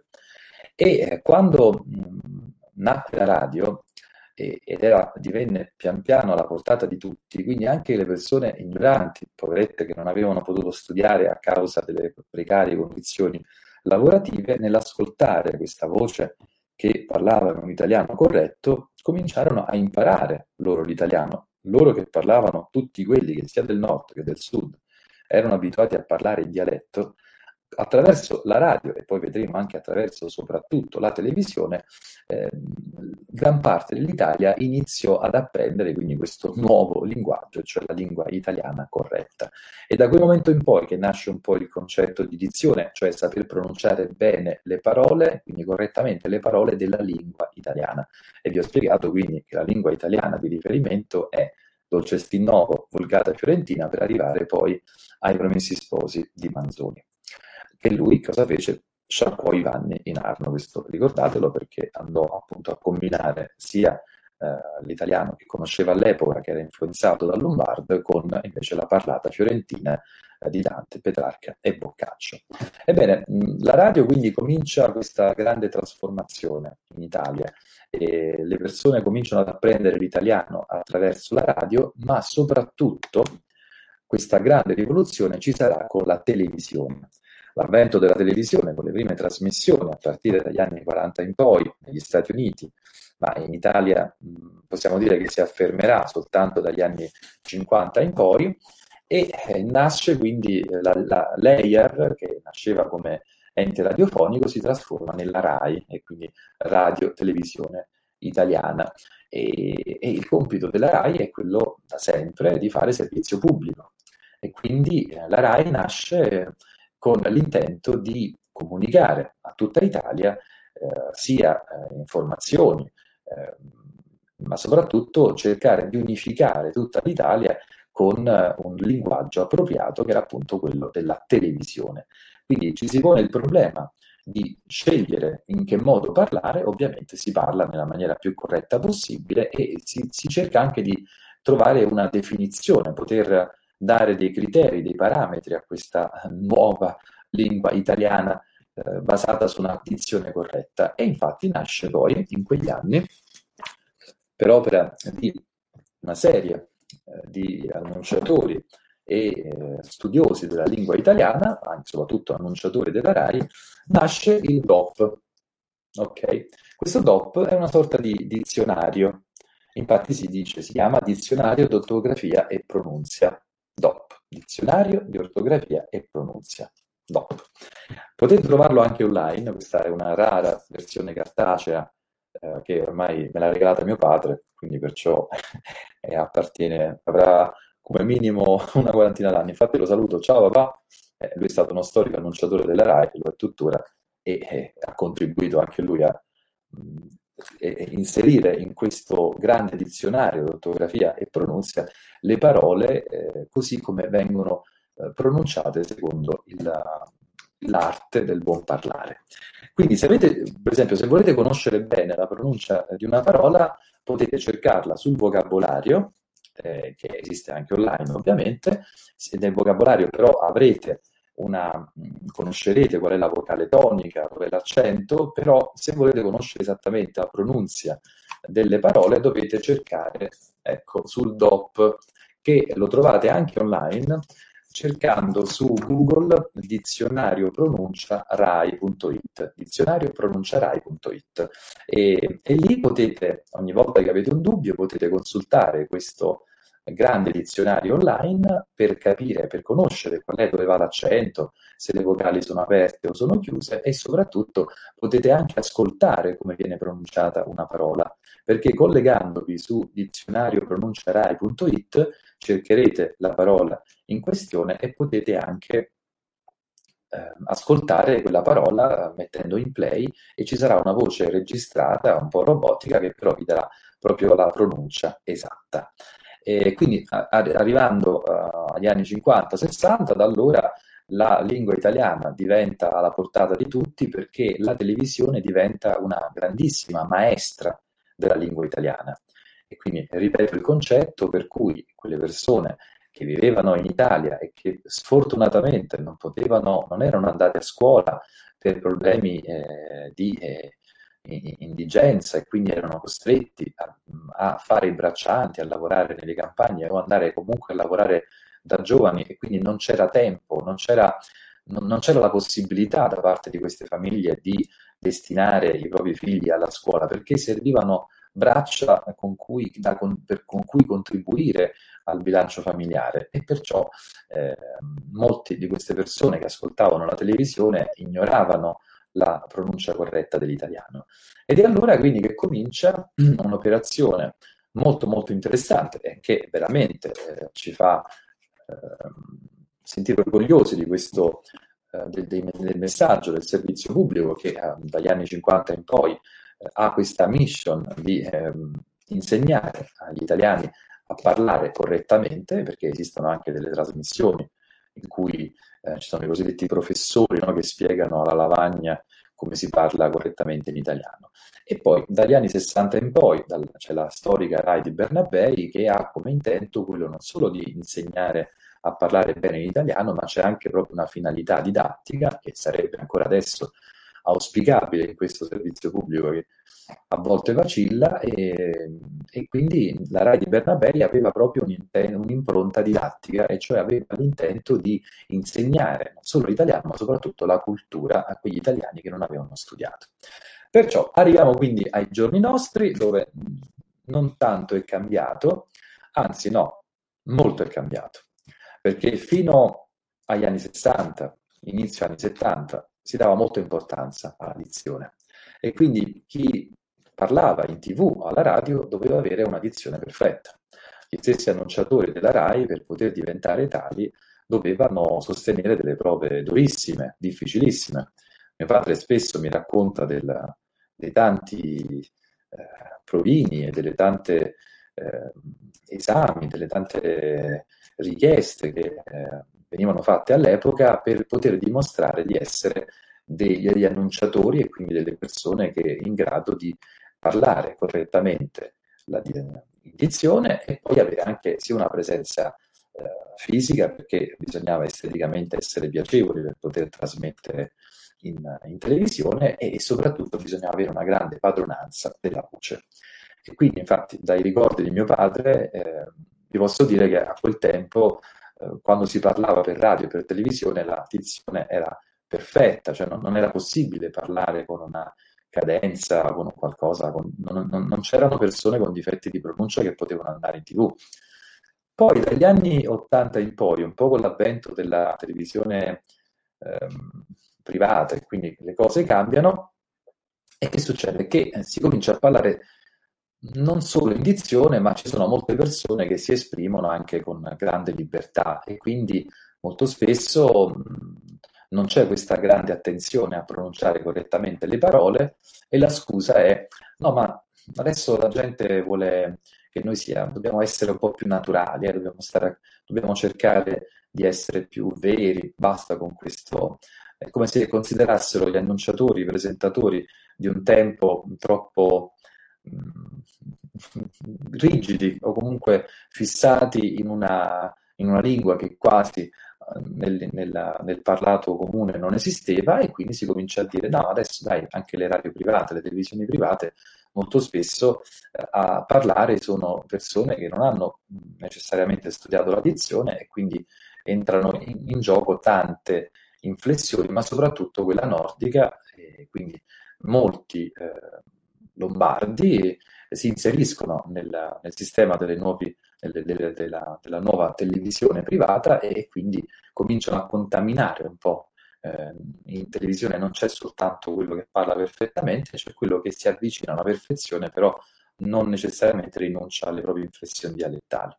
E eh, quando mh, nacque la radio eh, ed era, divenne pian piano alla portata di tutti, quindi anche le persone ignoranti, poverette, che non avevano potuto studiare a causa delle precarie condizioni lavorative, nell'ascoltare questa voce che parlava in un italiano corretto, cominciarono a imparare loro l'italiano. Loro che parlavano, tutti quelli che sia del nord che del sud erano abituati a parlare in dialetto, attraverso la radio, e poi vedremo anche attraverso soprattutto la televisione, eh, gran parte dell'Italia iniziò ad apprendere quindi questo nuovo linguaggio, cioè la lingua italiana corretta. E da quel momento in poi che nasce un po' il concetto di dizione, cioè saper pronunciare bene le parole, quindi correttamente le parole della lingua italiana. E vi ho spiegato quindi che la lingua italiana di riferimento è Dolcestinnovo, Vulgata Fiorentina, per arrivare poi ai Promessi Sposi di Manzoni. E lui cosa fece? Sciacquò i panni in Arno, questo ricordatelo, perché andò appunto a combinare sia eh, l'italiano che conosceva all'epoca, che era influenzato dal Lombard, con invece la parlata fiorentina eh, di Dante, Petrarca e Boccaccio. Ebbene, mh, la radio quindi comincia questa grande trasformazione in Italia, e le persone cominciano ad apprendere l'italiano attraverso la radio, ma soprattutto questa grande rivoluzione ci sarà con la televisione. L'avvento della televisione con le prime trasmissioni a partire dagli anni quaranta in poi negli Stati Uniti, ma in Italia mh, possiamo dire che si affermerà soltanto dagli anni cinquanta in poi, e eh, nasce quindi la, la l'A I R, che nasceva come ente radiofonico, si trasforma nella RAI, e quindi Radio Televisione Italiana. E, e il compito della RAI è quello da sempre di fare servizio pubblico, e quindi eh, la RAI nasce con l'intento di comunicare a tutta l'Italia eh, sia eh, informazioni, eh, ma soprattutto cercare di unificare tutta l'Italia con eh, un linguaggio appropriato, che era appunto quello della televisione. Quindi ci si pone il problema di scegliere in che modo parlare. Ovviamente si parla nella maniera più corretta possibile, e si, si cerca anche di trovare una definizione, poter dare dei criteri, dei parametri a questa nuova lingua italiana eh, basata su una dizione corretta. E infatti nasce poi in quegli anni, per opera di una serie eh, di annunciatori e eh, studiosi della lingua italiana, anche soprattutto annunciatori della RAI, nasce il D O P. Ok? Questo D O P è una sorta di dizionario, infatti si dice, si chiama Dizionario d'ortografia e pronunzia, D O P, Dizionario di ortografia e pronunzia, D O P. Potete trovarlo anche online, questa è una rara versione cartacea eh, che ormai me l'ha regalata mio padre, quindi perciò eh, appartiene, avrà come minimo una quarantina d'anni. Infatti lo saluto, ciao papà, eh, lui è stato uno storico annunciatore della RAI, lo è tuttora, e eh, ha contribuito anche lui a mh, e, inserire in questo grande dizionario di ortografia e pronunzia le parole eh, così come vengono eh, pronunciate secondo il, l'arte del buon parlare. Quindi se avete, per esempio, se volete conoscere bene la pronuncia di una parola, potete cercarla sul vocabolario, eh, che esiste anche online ovviamente. Se nel vocabolario però avrete una, conoscerete qual è la vocale tonica, dove è l'accento, però se volete conoscere esattamente la pronunzia delle parole dovete cercare, ecco, sul D O P, che lo trovate anche online cercando su Google dizionario pronuncia rai punto it, dizionario pronuncia rai punto it, e, e lì potete, ogni volta che avete un dubbio, potete consultare questo grande dizionario online per capire, per conoscere qual è, dove va l'accento, se le vocali sono aperte o sono chiuse, e soprattutto potete anche ascoltare come viene pronunciata una parola, perché collegandovi su dizionario pronuncia rai punto it cercherete la parola in questione e potete anche eh, ascoltare quella parola mettendo in play, e ci sarà una voce registrata un po' robotica che però vi darà proprio la pronuncia esatta. E quindi a, arrivando uh, agli anni cinquanta sessanta, da allora la lingua italiana diventa alla portata di tutti, perché la televisione diventa una grandissima maestra della lingua italiana. E quindi ripeto il concetto per cui quelle persone che vivevano in Italia e che sfortunatamente non potevano, non erano andate a scuola per problemi eh, di eh, indigenza, e quindi erano costretti a, a fare i braccianti, a lavorare nelle campagne o andare comunque a lavorare da giovani, e quindi non c'era tempo, non c'era, non, non c'era la possibilità da parte di queste famiglie di destinare i propri figli alla scuola, perché servivano braccia con cui, da, con, per, con cui contribuire al bilancio familiare, e perciò eh, molte di queste persone che ascoltavano la televisione ignoravano la pronuncia corretta dell'italiano. Ed è allora quindi che comincia un'operazione molto molto interessante, e che veramente eh, ci fa eh, sentire orgogliosi di questo eh, del, del messaggio del servizio pubblico, che eh, dagli anni cinquanta in poi eh, ha questa mission di eh, insegnare agli italiani a parlare correttamente, perché esistono anche delle trasmissioni in cui eh, ci sono i cosiddetti professori, no, che spiegano alla lavagna come si parla correttamente in italiano. E poi dagli anni sessanta in poi dal, c'è la storica RAI di Bernabei, che ha come intento quello non solo di insegnare a parlare bene in italiano, ma c'è anche proprio una finalità didattica, che sarebbe ancora adesso auspicabile in questo servizio pubblico che a volte vacilla, e, e quindi la RAI di Bernabei aveva proprio un'impronta didattica, e cioè aveva l'intento di insegnare non solo l'italiano ma soprattutto la cultura a quegli italiani che non avevano studiato. Perciò arriviamo quindi ai giorni nostri, dove non tanto è cambiato, anzi no, molto è cambiato, perché fino agli anni sessanta, inizio anni settanta, si dava molta importanza alla dizione, e quindi chi parlava in tv, alla radio, doveva avere una dizione perfetta. Gli stessi annunciatori della RAI, per poter diventare tali, dovevano sostenere delle prove durissime, difficilissime. Mio padre spesso mi racconta del, dei tanti eh, provini e delle tante eh, esami, delle tante richieste che eh, venivano fatte all'epoca per poter dimostrare di essere degli annunciatori, e quindi delle persone che in grado di parlare correttamente la dizione, e poi avere anche sia una presenza eh, fisica, perché bisognava esteticamente essere piacevoli per poter trasmettere in, in televisione, e soprattutto bisognava avere una grande padronanza della voce. E quindi infatti dai ricordi di mio padre eh, vi posso dire che a quel tempo eh, quando si parlava per radio e per televisione la dizione era perfetta, cioè non, non era possibile parlare con una cadenza, con qualcosa, con, non, non, non c'erano persone con difetti di pronuncia che potevano andare in tivù. Poi dagli anni ottanta in poi, un po' con l'avvento della televisione ehm, privata, e quindi le cose cambiano, e che succede? Che si comincia a parlare non solo in dizione, ma ci sono molte persone che si esprimono anche con grande libertà, e quindi molto spesso mh, non c'è questa grande attenzione a pronunciare correttamente le parole, e la scusa è: no, ma adesso la gente vuole che noi sia, dobbiamo essere un po' più naturali, eh, dobbiamo stare, dobbiamo cercare di essere più veri, basta con questo. È come se considerassero gli annunciatori, i presentatori di un tempo troppo mh, rigidi, o comunque fissati in una, in una lingua che quasi eh, nel, nella- nel parlato comune non esisteva, e quindi si comincia a dire: no, adesso dai, anche le radio private, le televisioni private, molto spesso eh, a parlare sono persone che non hanno mh, necessariamente studiato la dizione, e quindi entrano in, in gioco tante inflessioni, ma soprattutto quella nordica, e quindi molti eh, lombardi si inseriscono nel, nel sistema delle nuovi, delle- delle- della, della nuova televisione privata, e quindi cominciano a contaminare un po'. Eh, in televisione non c'è soltanto quello che parla perfettamente, c'è quello che si avvicina alla perfezione, però non necessariamente rinuncia alle proprie inflessioni dialettali.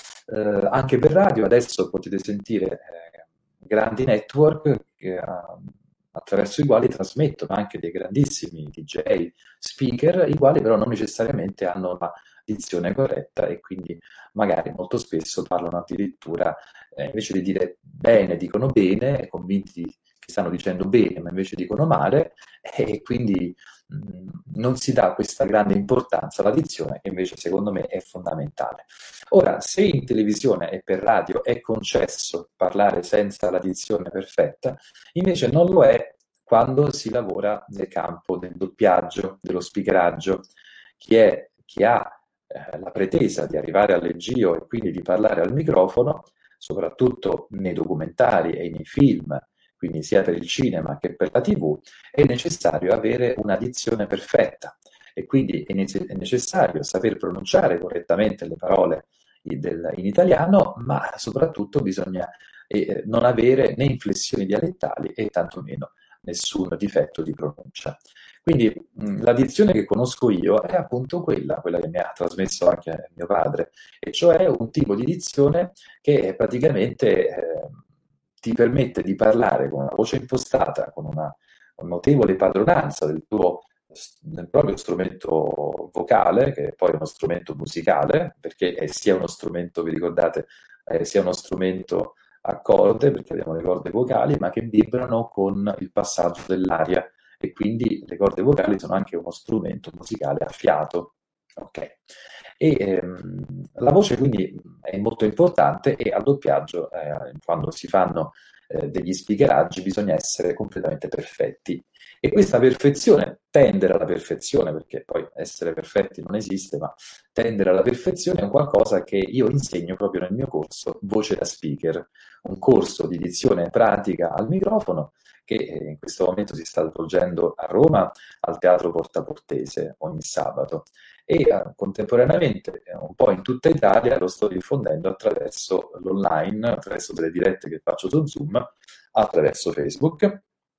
Eh, anche per radio adesso potete sentire eh, grandi network che, ah, attraverso i quali trasmettono anche dei grandissimi D J, speaker, i quali però non necessariamente hanno la dizione corretta, e quindi magari molto spesso parlano addirittura, eh, invece di dire bene, dicono bene, e convinti che stanno dicendo bene, ma invece dicono male, e quindi mh, non si dà questa grande importanza alla dizione, che invece secondo me è fondamentale. Ora, se in televisione e per radio è concesso parlare senza la dizione perfetta, invece non lo è quando si lavora nel campo del doppiaggio, dello speakeraggio. Chi è, chi ha eh, la pretesa di arrivare al leggio e quindi di parlare al microfono, soprattutto nei documentari e nei film, quindi sia per il cinema che per la tivù, è necessario avere una dizione perfetta, e quindi è, nece- è necessario saper pronunciare correttamente le parole i- del- in italiano, ma soprattutto bisogna eh, non avere né inflessioni dialettali e tantomeno nessun difetto di pronuncia. Quindi mh, la dizione che conosco io è appunto quella, quella che mi ha trasmesso anche mio padre, e cioè un tipo di dizione che praticamente eh, ti permette di parlare con una voce impostata, con una notevole padronanza del tuo del proprio strumento vocale, che poi è uno strumento musicale, perché è sia uno strumento, vi ricordate, eh, sia uno strumento a corde, perché abbiamo le corde vocali, ma che vibrano con il passaggio dell'aria, e quindi le corde vocali sono anche uno strumento musicale a fiato. Ok. E ehm, la voce quindi è molto importante, e al doppiaggio, eh, quando si fanno eh, degli speakeraggi, bisogna essere completamente perfetti. E questa perfezione, tendere alla perfezione, perché poi essere perfetti non esiste, ma tendere alla perfezione è un qualcosa che io insegno proprio nel mio corso Voce da Speaker, un corso di dizione pratica al microfono che eh, in questo momento si sta svolgendo a Roma al Teatro Porta Portese ogni sabato, e eh, contemporaneamente eh, un po' in tutta Italia lo sto diffondendo attraverso l'online, attraverso delle dirette che faccio su Zoom, attraverso Facebook,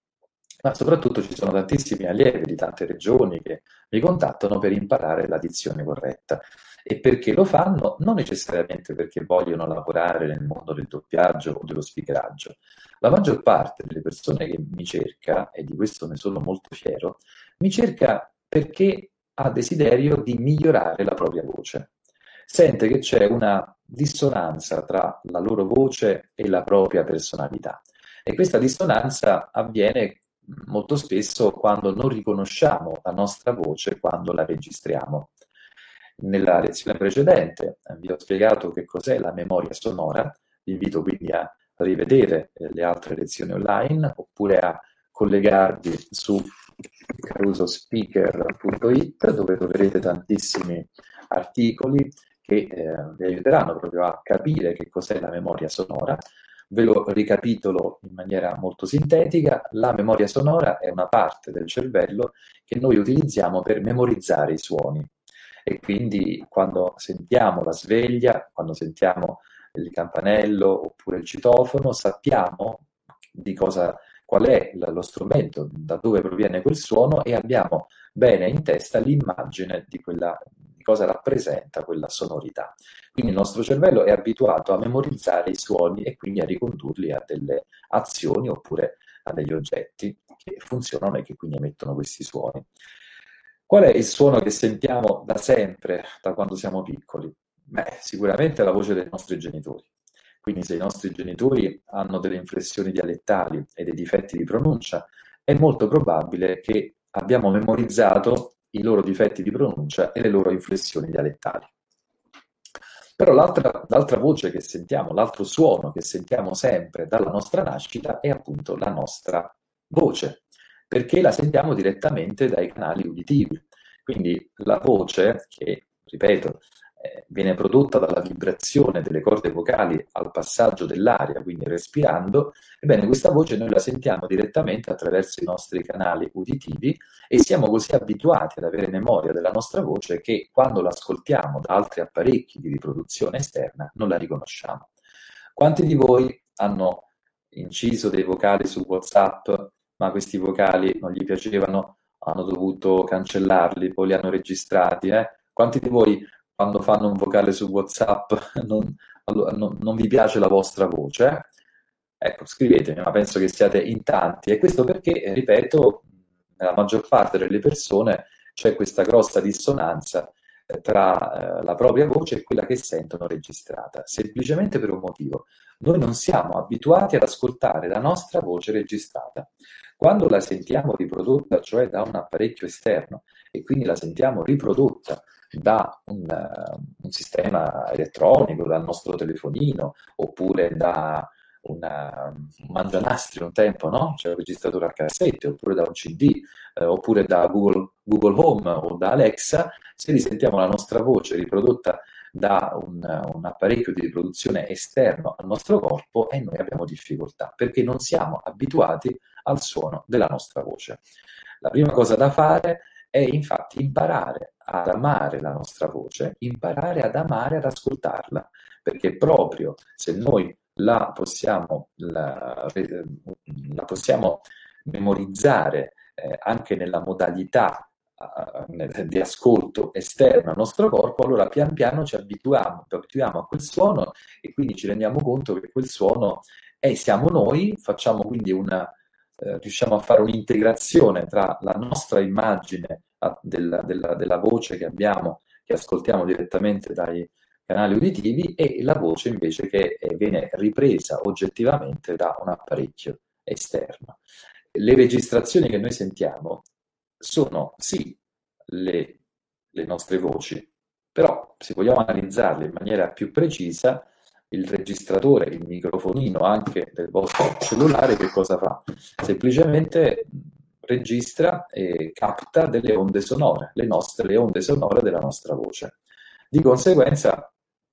ma soprattutto ci sono tantissimi allievi di tante regioni che mi contattano per imparare la dizione corretta. E perché lo fanno? Non necessariamente perché vogliono lavorare nel mondo del doppiaggio o dello speakeraggio. La maggior parte delle persone che mi cerca, e di questo ne sono molto fiero, mi cerca perché ha desiderio di migliorare la propria voce. Sente che c'è una dissonanza tra la loro voce e la propria personalità, e questa dissonanza avviene molto spesso quando non riconosciamo la nostra voce quando la registriamo. Nella lezione precedente eh, vi ho spiegato che cos'è la memoria sonora, vi invito quindi a rivedere eh, le altre lezioni online, oppure a collegarvi su carusospeaker punto it, dove troverete tantissimi articoli che eh, vi aiuteranno proprio a capire che cos'è la memoria sonora. Ve lo ricapitolo in maniera molto sintetica: la memoria sonora è una parte del cervello che noi utilizziamo per memorizzare i suoni, e quindi quando sentiamo la sveglia, quando sentiamo il campanello oppure il citofono, sappiamo di cosa, qual è lo strumento, da dove proviene quel suono, e abbiamo bene in testa l'immagine di quella, di cosa rappresenta quella sonorità. Quindi il nostro cervello è abituato a memorizzare i suoni e quindi a ricondurli a delle azioni oppure a degli oggetti che funzionano e che quindi emettono questi suoni. Qual è il suono che sentiamo da sempre, da quando siamo piccoli? Beh, sicuramente la voce dei nostri genitori. Quindi se i nostri genitori hanno delle inflessioni dialettali e dei difetti di pronuncia, è molto probabile che abbiamo memorizzato i loro difetti di pronuncia e le loro inflessioni dialettali. Però l'altra, l'altra voce che sentiamo, l'altro suono che sentiamo sempre dalla nostra nascita è appunto la nostra voce, perché la sentiamo direttamente dai canali uditivi. Quindi la voce, che, ripeto, eh, viene prodotta dalla vibrazione delle corde vocali al passaggio dell'aria, quindi respirando, ebbene questa voce noi la sentiamo direttamente attraverso i nostri canali uditivi, e siamo così abituati ad avere memoria della nostra voce che quando l'ascoltiamo da altri apparecchi di riproduzione esterna non la riconosciamo. Quanti di voi hanno inciso dei vocali su WhatsApp, ma questi vocali non gli piacevano, hanno dovuto cancellarli, poi li hanno registrati? Eh? Quanti di voi, quando fanno un vocale su WhatsApp, non, non, non vi piace la vostra voce? Eh? Ecco, scrivetemi, ma penso che siate in tanti. E questo perché, ripeto, nella maggior parte delle persone c'è questa grossa dissonanza eh, tra eh, la propria voce e quella che sentono registrata, semplicemente per un motivo: noi non siamo abituati ad ascoltare la nostra voce registrata. Quando la sentiamo riprodotta, cioè da un apparecchio esterno, e quindi la sentiamo riprodotta da un, uh, un sistema elettronico, dal nostro telefonino, oppure da una, un mangianastri un tempo, no? C'è un registratore a cassette, oppure da un C D, eh, oppure da Google, Google Home o da Alexa, se risentiamo la nostra voce riprodotta da un, un apparecchio di riproduzione esterno al nostro corpo, e noi abbiamo difficoltà, perché non siamo abituati al suono della nostra voce. La prima cosa da fare è infatti imparare ad amare la nostra voce, imparare ad amare ad ascoltarla, perché proprio se noi la possiamo, la, la possiamo memorizzare eh, anche nella modalità di ascolto esterno al nostro corpo, allora pian piano ci abituiamo, abituiamo a quel suono, e quindi ci rendiamo conto che quel suono è siamo noi, facciamo quindi una, eh, riusciamo a fare un'integrazione tra la nostra immagine a, della, della, della voce che abbiamo, che ascoltiamo direttamente dai canali uditivi, e la voce invece che eh, viene ripresa oggettivamente da un apparecchio esterno. Le registrazioni che noi sentiamo sono sì le, le nostre voci, però se vogliamo analizzarle in maniera più precisa, il registratore, il microfonino anche del vostro cellulare, che cosa fa? Semplicemente registra e capta delle onde sonore, le nostre, le onde sonore della nostra voce. Di conseguenza,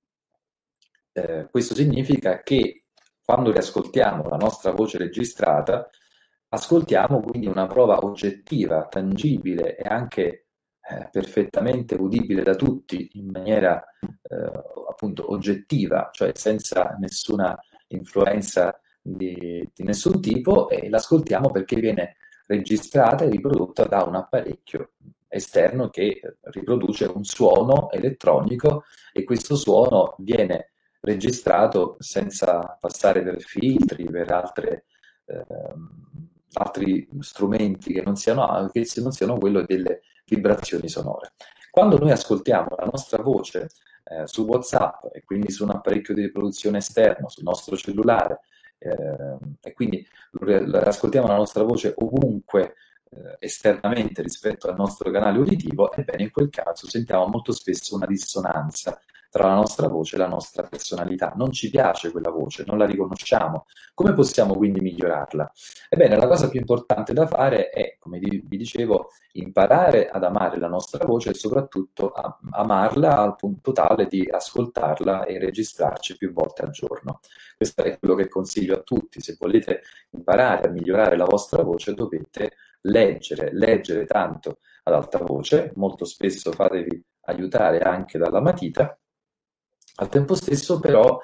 eh, questo significa che quando riascoltiamo la nostra voce registrata, ascoltiamo quindi una prova oggettiva, tangibile e anche eh, perfettamente udibile da tutti in maniera eh, appunto oggettiva, cioè senza nessuna influenza di, di nessun tipo, e l'ascoltiamo perché viene registrata e riprodotta da un apparecchio esterno che riproduce un suono elettronico, e questo suono viene registrato senza passare per filtri, per altre eh, altri strumenti che non siano, che non siano quello delle vibrazioni sonore. Quando noi ascoltiamo la nostra voce eh, su WhatsApp, e quindi su un apparecchio di riproduzione esterno, sul nostro cellulare, eh, e quindi ascoltiamo la nostra voce ovunque eh, esternamente rispetto al nostro canale uditivo, ebbene in quel caso sentiamo molto spesso una dissonanza tra la nostra voce e la nostra personalità. Non ci piace quella voce, non la riconosciamo. Come possiamo quindi migliorarla? Ebbene, la cosa più importante da fare è, come vi dicevo, imparare ad amare la nostra voce e soprattutto a amarla al punto tale di ascoltarla e registrarci più volte al giorno. Questo è quello che consiglio a tutti. Se volete imparare a migliorare la vostra voce, dovete leggere, leggere tanto ad alta voce, molto spesso fatevi aiutare anche dalla matita. Al tempo stesso però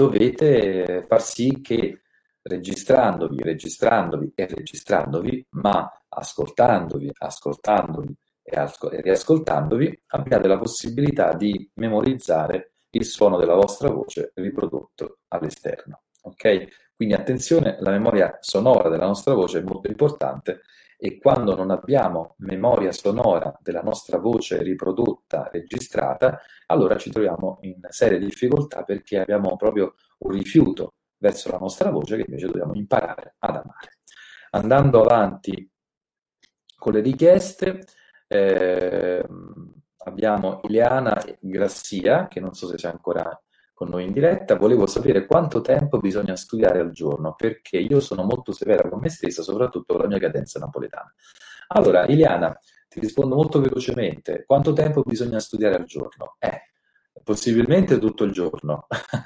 dovete far sì che registrandovi, registrandovi e registrandovi, ma ascoltandovi, ascoltandovi e, asco- e riascoltandovi, abbiate la possibilità di memorizzare il suono della vostra voce riprodotto all'esterno. Ok? Quindi attenzione, la memoria sonora della nostra voce è molto importante e quando non abbiamo memoria sonora della nostra voce riprodotta, registrata, allora ci troviamo in serie difficoltà perché abbiamo proprio un rifiuto verso la nostra voce che invece dobbiamo imparare ad amare. Andando avanti con le richieste, eh, abbiamo Ileana Grassia, che non so se sia ancora con noi in diretta. Volevo sapere quanto tempo bisogna studiare al giorno, perché io sono molto severa con me stessa, soprattutto con la mia cadenza napoletana. Allora, Ileana, ti rispondo molto velocemente. Quanto tempo bisogna studiare al giorno? Eh, possibilmente tutto il giorno.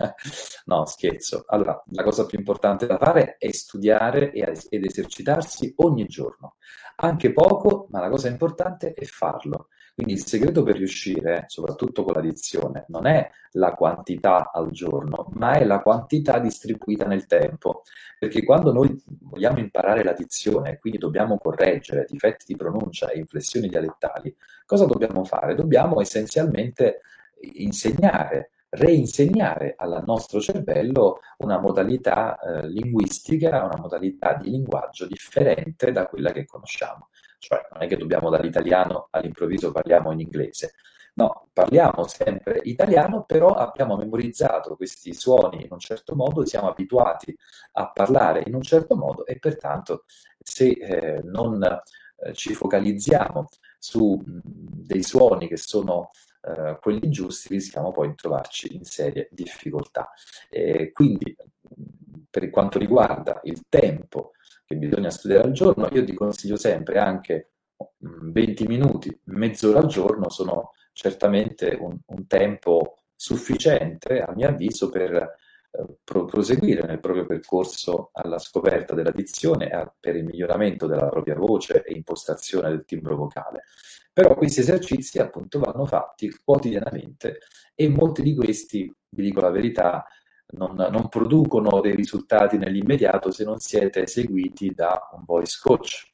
No, scherzo. Allora, la cosa più importante da fare è studiare ed esercitarsi ogni giorno. Anche poco, ma la cosa importante è farlo. Quindi il segreto per riuscire, soprattutto con la dizione, non è la quantità al giorno, ma è la quantità distribuita nel tempo. Perché quando noi vogliamo imparare la dizione, quindi dobbiamo correggere difetti di pronuncia e inflessioni dialettali, cosa dobbiamo fare? Dobbiamo essenzialmente insegnare, reinsegnare al nostro cervello una modalità eh, linguistica, una modalità di linguaggio differente da quella che conosciamo. Cioè non è che dobbiamo dall'italiano all'improvviso parliamo in inglese, no, parliamo sempre italiano, però abbiamo memorizzato questi suoni in un certo modo, siamo abituati a parlare in un certo modo e pertanto se eh, non eh, ci focalizziamo su mh, dei suoni che sono Uh, quelli giusti, rischiamo poi di trovarci in serie difficoltà. E quindi, per quanto riguarda il tempo che bisogna studiare al giorno, io ti consiglio sempre anche venti minuti, mezz'ora al giorno, sono certamente un, un tempo sufficiente, a mio avviso, per Pro- proseguire nel proprio percorso alla scoperta della dizione e per il miglioramento della propria voce e impostazione del timbro vocale. Però questi esercizi appunto vanno fatti quotidianamente e molti di questi, vi dico la verità, non, non producono dei risultati nell'immediato se non siete seguiti da un voice coach.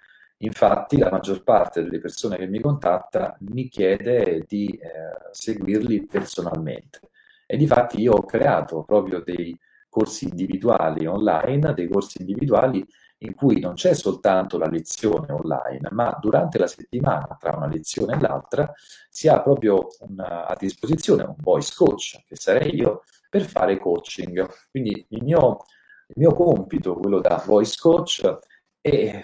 Infatti la maggior parte delle persone che mi contatta mi chiede di eh, seguirli personalmente. E difatti io ho creato proprio dei corsi individuali online, dei corsi individuali in cui non c'è soltanto la lezione online, ma durante la settimana, tra una lezione e l'altra, si ha proprio una, a disposizione un voice coach, che sarei io, per fare coaching. Quindi il mio, il mio compito, quello da voice coach, è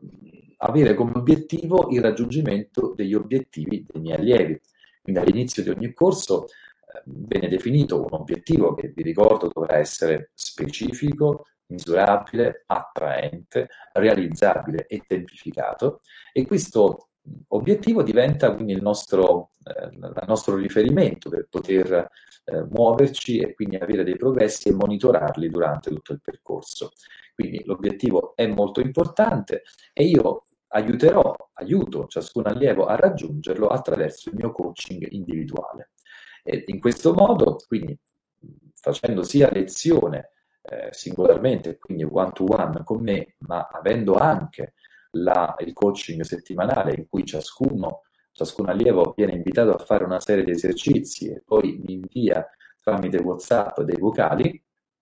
avere come obiettivo il raggiungimento degli obiettivi dei miei allievi. Quindi all'inizio di ogni corso viene definito un obiettivo che, vi ricordo, dovrà essere specifico, misurabile, attraente, realizzabile e tempificato, e questo obiettivo diventa quindi il nostro, eh, il nostro riferimento per poter eh, muoverci e quindi avere dei progressi e monitorarli durante tutto il percorso. Quindi l'obiettivo è molto importante e io aiuterò, aiuto ciascun allievo a raggiungerlo attraverso il mio coaching individuale. E in questo modo, quindi facendo sia lezione eh, singolarmente, quindi one to one con me, ma avendo anche la, il coaching settimanale in cui ciascuno, ciascun allievo viene invitato a fare una serie di esercizi e poi mi invia tramite WhatsApp dei vocali,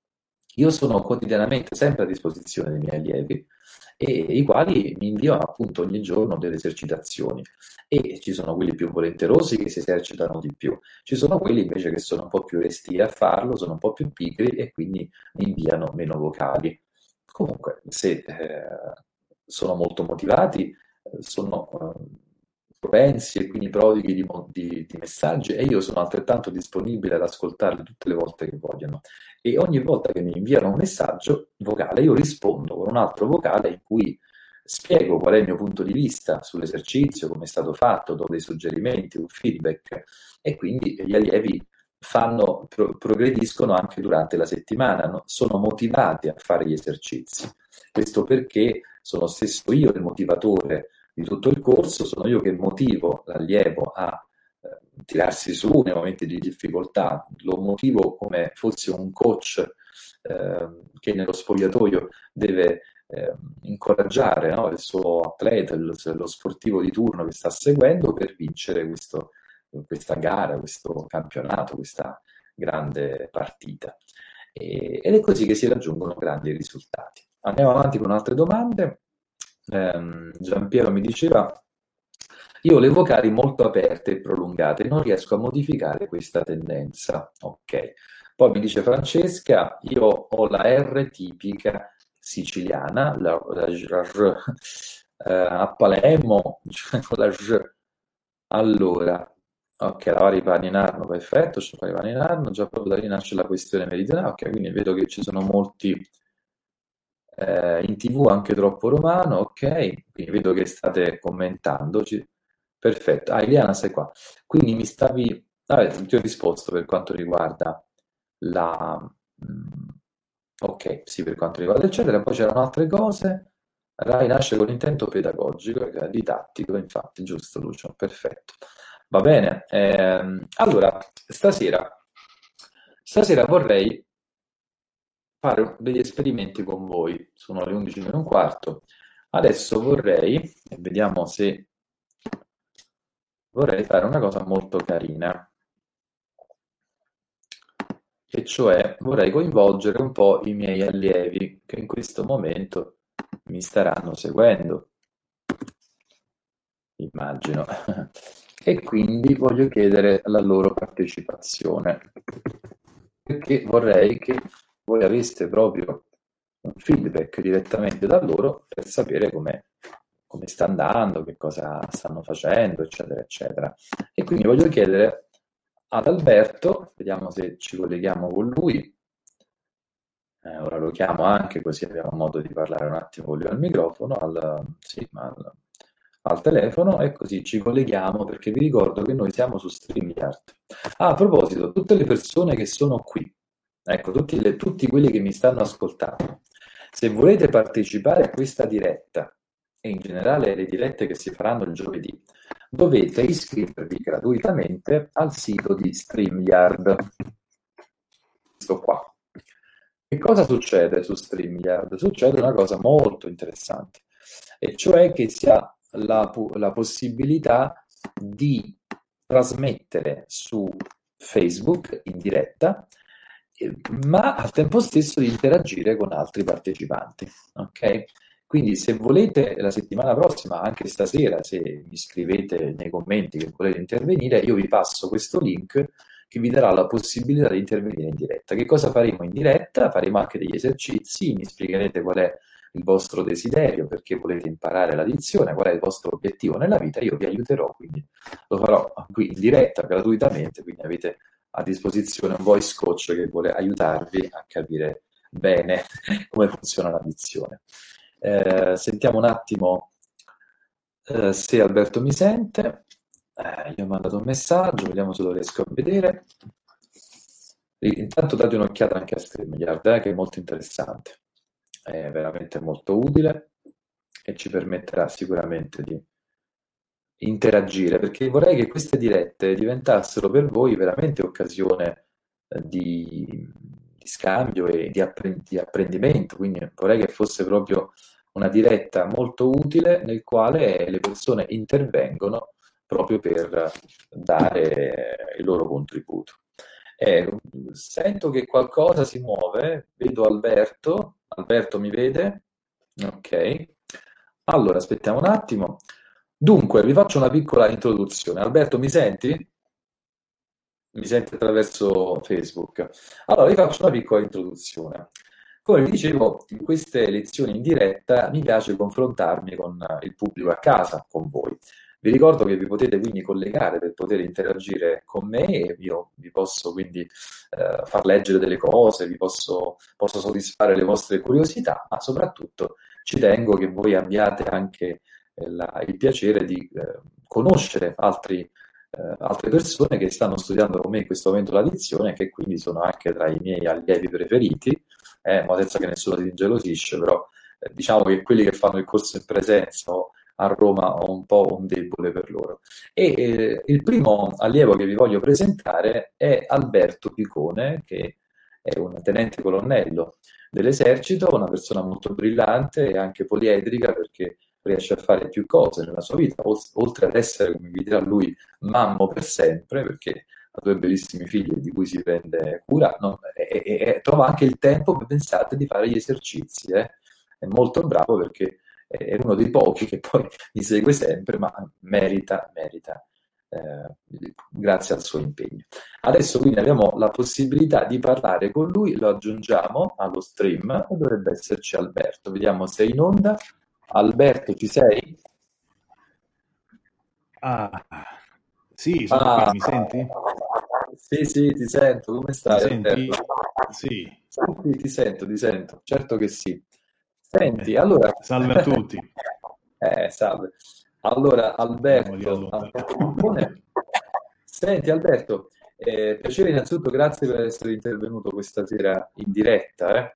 io sono quotidianamente sempre a disposizione dei miei allievi e i quali mi inviano appunto ogni giorno delle esercitazioni, e ci sono quelli più volenterosi che si esercitano di più, ci sono quelli invece che sono un po' più restii a farlo, sono un po' più pigri e quindi mi inviano meno vocali. Comunque, se eh, sono molto motivati, sono eh, propensi e quindi prodighi di, mo- di- di messaggi, e io sono altrettanto disponibile ad ascoltarli tutte le volte che vogliono. E ogni volta che mi inviano un messaggio vocale, io rispondo con un altro vocale in cui spiego qual è il mio punto di vista sull'esercizio, come è stato fatto, do dei suggerimenti, un feedback, e quindi gli allievi fanno, pro- progrediscono anche durante la settimana, no? Sono motivati a fare gli esercizi. Questo perché sono stesso io il motivatore di tutto il corso, sono io che motivo l'allievo a eh, tirarsi su nei momenti di difficoltà, lo motivo come fosse un coach eh, che nello spogliatoio deve eh, incoraggiare, no, il suo atleta, il, lo sportivo di turno che sta seguendo per vincere questo, questa gara, questo campionato, questa grande partita. E, ed è così che si raggiungono grandi risultati. Andiamo avanti con altre domande. Eh, Giampiero mi diceva: io ho le vocali molto aperte e prolungate, non riesco a modificare questa tendenza. Ok. Poi mi dice Francesca: io ho la R tipica siciliana, la, la, la R, eh, a Palermo, la R. Allora, ok, la Vari Paninarno, perfetto, c'è Vari Paninarno, già proprio da lì nasce la questione meridionale. Ok, quindi vedo che ci sono molti eh, in tivù anche troppo romano, ok, quindi vedo che state commentandoci. Perfetto. Ah, Eliana, sei qua. Quindi mi stavi... Vabbè, ti ho risposto per quanto riguarda la... mm, ok, sì, per quanto riguarda eccetera. Poi c'erano altre cose. Rai nasce con intento pedagogico, eh, didattico, infatti, giusto Lucio, perfetto. Va bene. ehm, allora, stasera, stasera vorrei fare degli esperimenti con voi. Sono le undici meno un quarto. Adesso vorrei, e vediamo se vorrei fare una cosa molto carina, e cioè vorrei coinvolgere un po' i miei allievi che in questo momento mi staranno seguendo, immagino, e quindi voglio chiedere la loro partecipazione, perché vorrei che voi aveste proprio un feedback direttamente da loro per sapere come come sta andando, che cosa stanno facendo, eccetera, eccetera. E quindi voglio chiedere ad Alberto, vediamo se ci colleghiamo con lui. Eh, ora lo chiamo anche, così abbiamo modo di parlare un attimo con lui al microfono, al, sì, al, al telefono, e così ci colleghiamo, perché vi ricordo che noi siamo su StreamYard. Ah, a proposito, tutte le persone che sono qui, ecco, tutti, le, tutti quelli che mi stanno ascoltando, se volete partecipare a questa diretta, e in generale le dirette che si faranno il giovedì, dovete iscrivervi gratuitamente al sito di StreamYard. Questo qua. Che cosa succede su StreamYard? Succede una cosa molto interessante, e cioè che si ha la, la possibilità di trasmettere su Facebook in diretta, ma al tempo stesso di interagire con altri partecipanti. Ok? Quindi se volete la settimana prossima, anche stasera, se mi scrivete nei commenti che volete intervenire, io vi passo questo link che vi darà la possibilità di intervenire in diretta. Che cosa faremo in diretta? Faremo anche degli esercizi, mi spiegherete qual è il vostro desiderio, perché volete imparare la dizione, qual è il vostro obiettivo nella vita, io vi aiuterò, quindi lo farò qui in diretta gratuitamente, quindi avete a disposizione un voice coach che vuole aiutarvi a capire bene come funziona la dizione. Eh, sentiamo un attimo eh, se Alberto mi sente. Eh, gli ho mandato un messaggio, vediamo se lo riesco a vedere. E intanto date un'occhiata anche a StreamYard, eh, che è molto interessante, è veramente molto utile e ci permetterà sicuramente di interagire, perché vorrei che queste dirette diventassero per voi veramente occasione eh, di, di scambio e di, apprend- di apprendimento, quindi vorrei che fosse proprio una diretta molto utile nel quale le persone intervengono proprio per dare il loro contributo. Eh, sento che qualcosa si muove, vedo Alberto. Alberto mi vede? Ok. Allora, aspettiamo un attimo. Dunque, vi faccio una piccola introduzione. Alberto, mi senti? Mi senti attraverso Facebook? Allora, vi faccio una piccola introduzione. Come vi dicevo, in queste lezioni in diretta mi piace confrontarmi con il pubblico a casa, con voi. Vi ricordo che vi potete quindi collegare per poter interagire con me e io vi posso quindi eh, far leggere delle cose, vi posso, posso soddisfare le vostre curiosità, ma soprattutto ci tengo che voi abbiate anche eh, la- il piacere di eh, conoscere altri, eh, altre persone che stanno studiando con me in questo momento la dizione e che quindi sono anche tra i miei allievi preferiti, eh, ma senza che nessuno si ingelosisce, però eh, diciamo che quelli che fanno il corso in presenza o a Roma ho un po' un debole per loro. E eh, il primo allievo che vi voglio presentare è Alberto Picone, che è un tenente colonnello dell'esercito, una persona molto brillante e anche poliedrica perché riesce a fare più cose nella sua vita, ol- oltre ad essere, come vi dirà lui, mammo per sempre, perché ha due bellissimi figli di cui si prende cura, no? e, e- e trova anche il tempo, pensate, di fare gli esercizi. eh. È molto bravo perché è uno dei pochi che poi mi segue sempre, ma merita, merita, eh, grazie al suo impegno. Adesso quindi abbiamo la possibilità di parlare con lui, lo aggiungiamo allo stream e dovrebbe esserci Alberto. Vediamo se è in onda. Alberto, ci sei? Ah, sì, sono Ah, qui, mi senti? sì, sì, ti sento. Come Mi stai, senti? Alberto? Sì, Sì, ti sento, ti sento. Certo che sì. Senti, eh, allora... salve a tutti. Eh, salve. Allora, Andiamo di Alberto, allora. Alberto Picone. Senti, Alberto, eh, piacere innanzitutto, grazie per essere intervenuto questa sera in diretta. eh.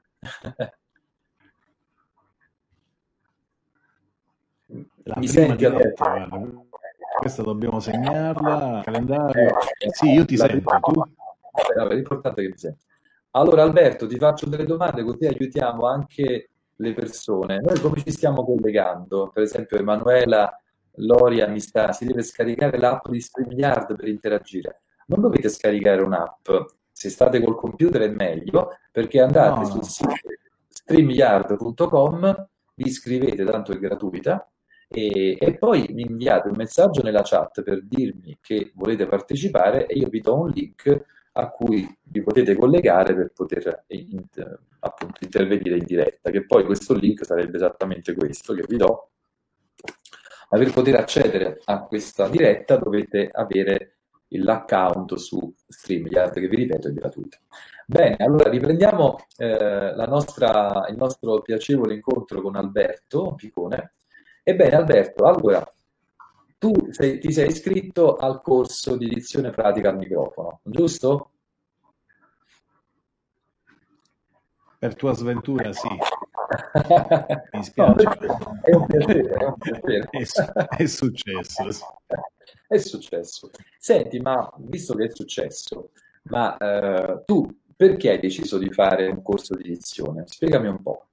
La Mi prima senti, Alberto? diretta, guarda, questa dobbiamo segnarla, calendario. Eh, Sì, io ti la sento, prima- tu? Vabbè, vabbè, l'importante è che mi senti. Allora, Alberto, ti faccio delle domande così aiutiamo anche le persone. Noi come ci stiamo collegando? Per esempio, Emanuela Loria mi sta, si deve scaricare l'app di StreamYard per interagire. Non dovete scaricare un'app, se state col computer è meglio, perché andate No, sul no. sito streamyard punto com, vi iscrivete, tanto è gratuita, e, e poi mi inviate un messaggio nella chat per dirmi che volete partecipare e io vi do un link a cui vi potete collegare per poter in- appunto intervenire in diretta, che poi questo link sarebbe esattamente questo che vi do. Ma per poter accedere a questa diretta dovete avere l'account su StreamYard, che vi ripeto è gratuito. Bene, allora riprendiamo eh, la nostra, il nostro piacevole incontro con Alberto Picone. Ebbene, Alberto, allora tu sei- ti sei iscritto al corso di edizione pratica al microfono, giusto? Per tua sventura, sì, mi No, spiace. è un piacere, è un piacere. È, su- è successo, sì. È successo. Senti, ma visto che è successo, ma eh, tu perché hai deciso di fare un corso di edizione? Spiegami un po'.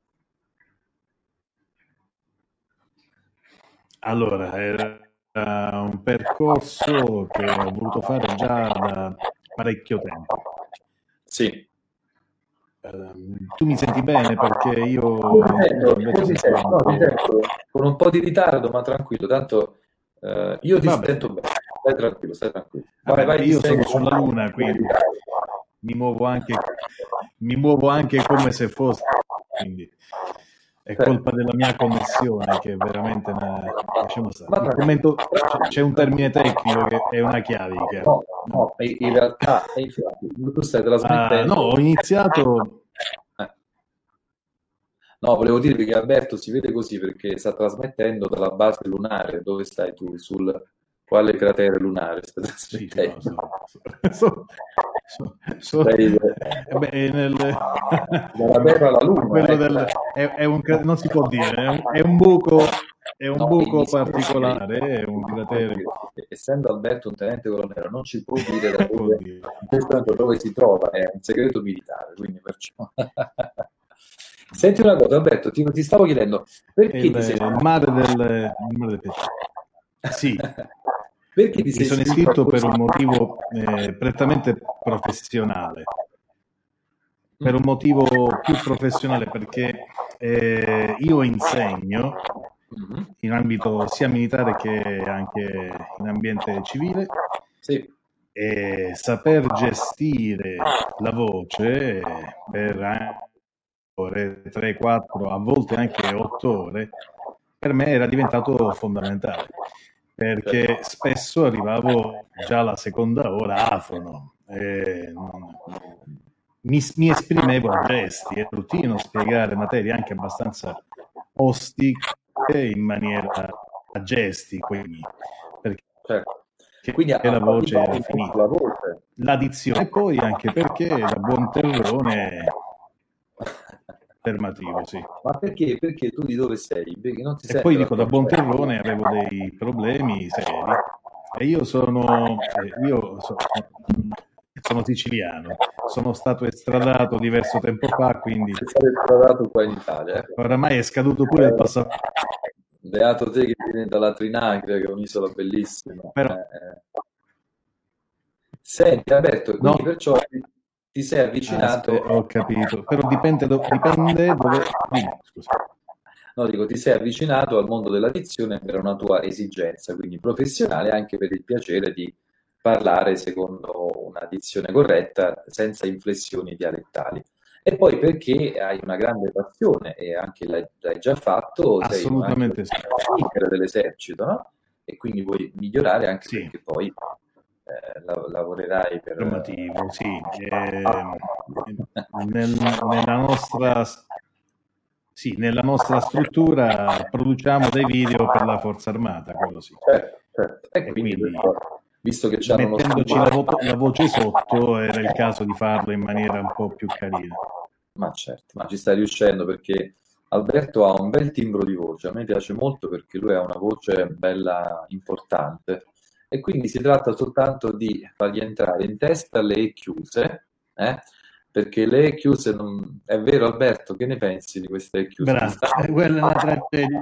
Allora, era un percorso che ho voluto fare già da parecchio tempo. Sì. Ehm, tu mi senti bene perché io Ti sento, invece ti sento sento, un no, ti po'. sento con un po' di ritardo, ma tranquillo, tanto eh, io ti Va bene. sento bene. Stai tranquillo, stai tranquillo. Vai, Vabbè, vai, ti io sono seguo. sulla Luna, quindi mi muovo anche, mi muovo anche come se fosse, quindi è colpa della mia connessione che è veramente una... lasciamo stare. Il commento, c'è- c'è un termine tecnico che è una chiavica. No, no, in in realtà eh, infatti, tu stai Ah, trasmettendo. no, ho iniziato. Eh. No, volevo dirvi che Alberto si vede così perché sta trasmettendo dalla base lunare. Dove stai tu? Sul quale cratere lunare stai Sì, trasmettendo? no, so, so, so, so- Stai eh beh, nel, dalla Terra alla Luna. quello eh. del, è, è un, cra- non si può dire, è un, è un buco, è un No, buco mi dispiace. particolare, è un cratere. Essendo Alberto un tenente colonnello, non ci può dire da Può dove, dire. in questo momento dove si trova, è un segreto militare, quindi perciò. Senti una cosa, Alberto, ti, ti stavo chiedendo perché Il, ti sei il mare del, il mare del Pesce. Sì, perché ti mi sei sono iscritto iscritto al per corso? un motivo eh, prettamente professionale. Per un motivo più professionale perché eh, io insegno Mhm. in ambito sia militare che anche in ambiente civile Sì. e saper gestire la voce per ore, tre, quattro, a volte anche otto ore, per me era diventato fondamentale. perché certo. spesso arrivavo già alla seconda ora afono, e non- mi, mi esprimevo a gesti, è routine spiegare materie anche abbastanza ostiche in maniera a gesti, quindi, perché certo. Quindi a, la a voce era faticare molto finita. la voce. La dizione, e poi anche perché da buon terrone fermativo, sì. Ma perché? Perché tu di dove sei? Perché non ti E sente poi dico, da buon l'accento? terrone avevo dei problemi seri e io sono, eh, io so- sono siciliano, sono stato estradato diverso tempo fa, quindi Sei stato estradato qua in Italia. Eh? oramai è scaduto pure il passaporto. Beato te che vieni dalla Trinacria, che è un'isola bellissima. Però, Eh, eh. Senti Alberto, quindi no, perciò ti, ti sei avvicinato, aspe- ho capito, però dipende, do- dipende dove... Dimmi, scusa. no, dico, ti sei avvicinato al mondo della dizione per una tua esigenza, quindi professionale, anche per il piacere di parlare secondo una dizione corretta, senza inflessioni dialettali. E poi perché hai una grande passione e anche l'hai, l'hai già fatto, sei anche Assolutamente un sì. speaker dell'esercito, no? E quindi vuoi migliorare anche Sì. perché poi eh, la- lavorerai per... Formativo, sì. Eh, nel- nella nostra sì, nella nostra struttura produciamo dei video per la Forza Armata, quello sì. Certo, certo. E E quindi, quindi, visto che c'hanno uno mettendoci la, studio- vo- la voce sotto, era il caso di farlo in maniera un po' più carina. Ma certo, ma ci stai riuscendo perché Alberto ha un bel timbro di voce, a me piace molto perché lui ha una voce bella importante e quindi si tratta soltanto di fargli entrare in testa le E chiuse, eh? Perché le E chiuse non... È vero Alberto, che ne pensi di queste E chiuse? Bravo, eh, quella è una tragedia.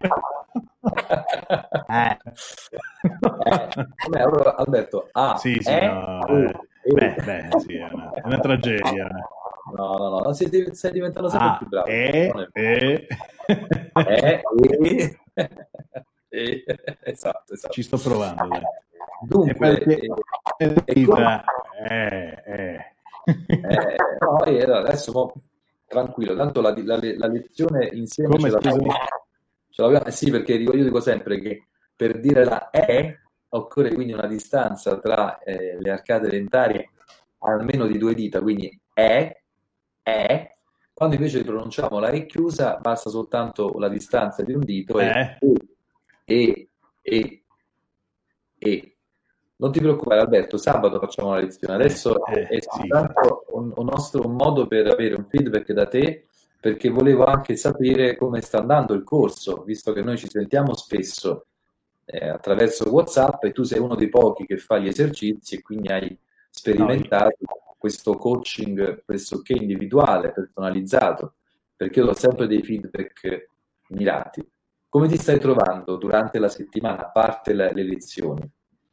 eh. Eh, allora, Alberto, A, Sì, sì, E, no, U, eh, E. beh, beh, sì, è una, è una tragedia. No, no, no, no, stai, stai diventando sempre Ah, più bravo. e, Non è- e... Eh, e... e- esatto, esatto. Ci sto provando, dai. Dunque, E perché- eh, e e come- eh, eh. eh, no, eh, adesso mo, tranquillo, tanto la, la- la lezione insieme Come, ce l'abbiamo. scusami? Ce l'abbiamo- eh sì, perché dico, io dico sempre che per dire la E occorre quindi una distanza tra eh, le arcate dentarie almeno di due dita, quindi E, E. Quando invece pronunciamo la E chiusa basta soltanto la distanza di un dito e Eh. E, E, E. Non ti preoccupare Alberto, sabato facciamo la lezione. Adesso Eh, è sì. soltanto un, un nostro un modo per avere un feedback da te, perché volevo anche sapere come sta andando il corso, visto che noi ci sentiamo spesso eh, attraverso WhatsApp e tu sei uno dei pochi che fa gli esercizi e quindi hai sperimentato questo coaching pressoché individuale, personalizzato, perché io do sempre dei feedback mirati. Come ti stai trovando durante la settimana, a parte le, le lezioni?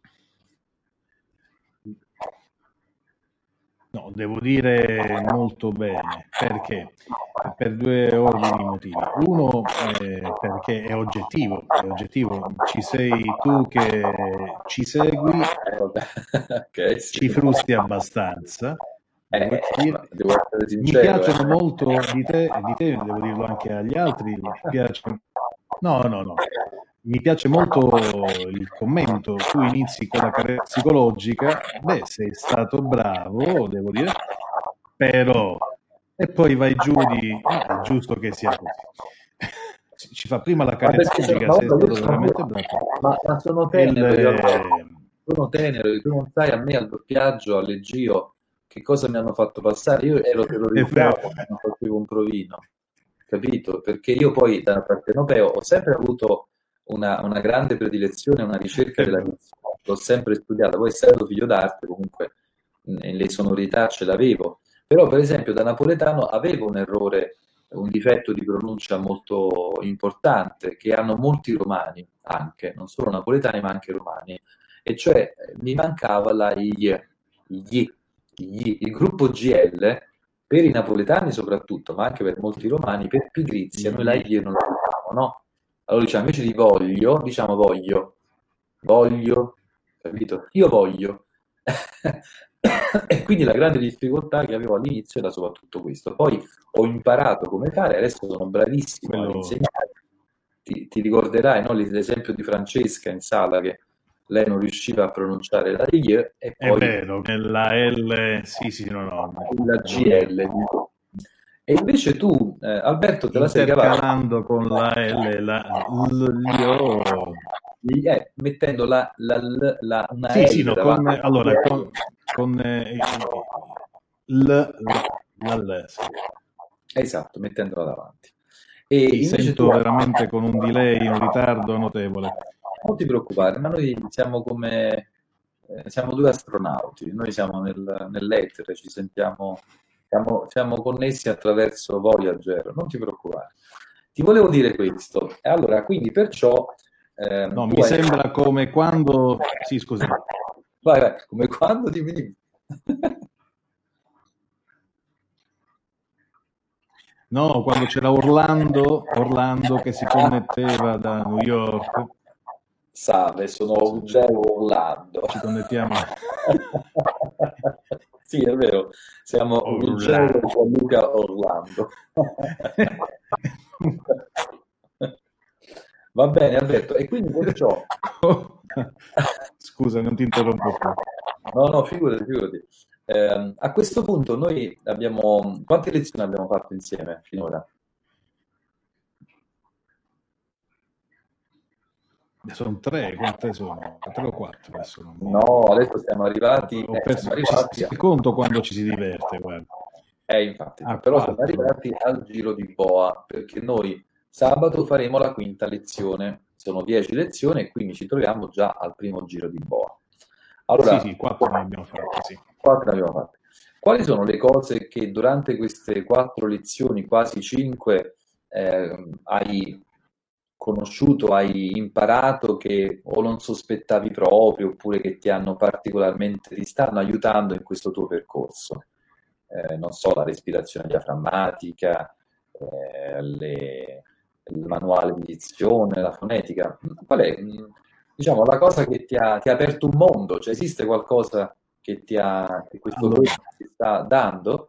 No, devo dire molto bene, perché? Per due ordini di motivi. Uno, eh, perché è oggettivo, è oggettivo, ci sei tu che ci segui, Eh, vabbè. Okay, sì. ci frusti abbastanza. Devo Eh, dire. devo essere Mi sincero, piacciono eh. molto di te, di te, devo dirlo anche agli altri, mi piace... No, no, no. Mi piace molto il commento, tu inizi con la carriera psicologica, beh, sei stato bravo, devo dire, però, e poi vai giù di, ah, è giusto che sia così. Ci fa prima la carriera Ma perché psicologica, sono- sei ma io stato sono- veramente bravo. Ma, ma sono tenero, io, Il- sono tenero, tu non sai a me al doppiaggio, alle Gio, che cosa mi hanno fatto passare, io ero terrorizzato, non facevo un provino, capito? Perché io poi da partenopeo ho sempre avuto una, una grande predilezione, una ricerca della dizione, l'ho sempre studiata, poi essendo figlio d'arte comunque mh, le sonorità ce l'avevo, però per esempio da napoletano avevo un errore, un difetto di pronuncia molto importante che hanno molti romani anche, non solo napoletani ma anche romani, e cioè eh, mi mancava la I, I, I, il gruppo G L per i napoletani soprattutto, ma anche per molti romani, per pigrizia, noi la I non la diciamo, no? Allora diciamo, invece di voglio, diciamo voglio, voglio, capito? Io voglio. E quindi la grande difficoltà che avevo all'inizio era soprattutto questo. Poi ho imparato come fare, adesso sono bravissimo Quello- ad insegnare. Ti, ti ricorderai, no, l'esempio di Francesca in sala che lei non riusciva a pronunciare la I e È poi vero, la L, sì, sì, no, no. la G L. E invece tu, eh, Alberto, te la sei cavata intercalando con la L, la L, io... eh, mettendo la, la, la, la una Sì, L sì, no, con, davanti. allora, con, con eh, l, la L, sì. Esatto, mettendola davanti. E Ti invece sento tu, veramente con un delay, un ritardo notevole. non ti preoccupare, ma noi siamo come eh, siamo due astronauti, noi siamo nel, nell'etere, ci sentiamo, siamo, siamo connessi attraverso Voyager, non ti preoccupare. Ti volevo dire questo, e allora, quindi perciò ehm, No, tu mi hai- sembra come quando... Sì, scusi. vai, vai, come quando ti venivi. No, quando c'era Orlando, Orlando che si connetteva da New York. Salve, sono Ruggero Orlando. Ci connettiamo. Sì, è vero, siamo Ruggero e Gianluca Orlando. Va bene, Alberto, e quindi perciò... Scusa, non ti interrompo più. No, no, figurati, figurati. Eh, a questo punto noi abbiamo... Quante lezioni abbiamo fatto insieme finora? Sono tre, quante sono? Tre o quattro adesso? Non... No, adesso siamo arrivati... Ho eh, perso siamo arrivati ci, ci conto quando ci si diverte, guarda. Eh, infatti, Ah, però quattro. siamo arrivati al giro di boa, perché noi sabato faremo la quinta lezione. Sono dieci lezioni e quindi ci troviamo già al primo giro di boa. Allora, sì, sì, quattro ne abbiamo fatte, sì. Quattro ne abbiamo fatte. Quali sono le cose che durante queste quattro lezioni, quasi cinque, eh, hai conosciuto, hai imparato che o non sospettavi proprio, oppure che ti hanno particolarmente, ti stanno aiutando in questo tuo percorso? Eh, non so, la respirazione diaframmatica, eh, le, il manuale di dizione, la fonetica. Qual è, diciamo, la cosa che ti ha, ti ha aperto un mondo? Cioè, esiste qualcosa che ti ha, che questo Allora, corso ti sta dando?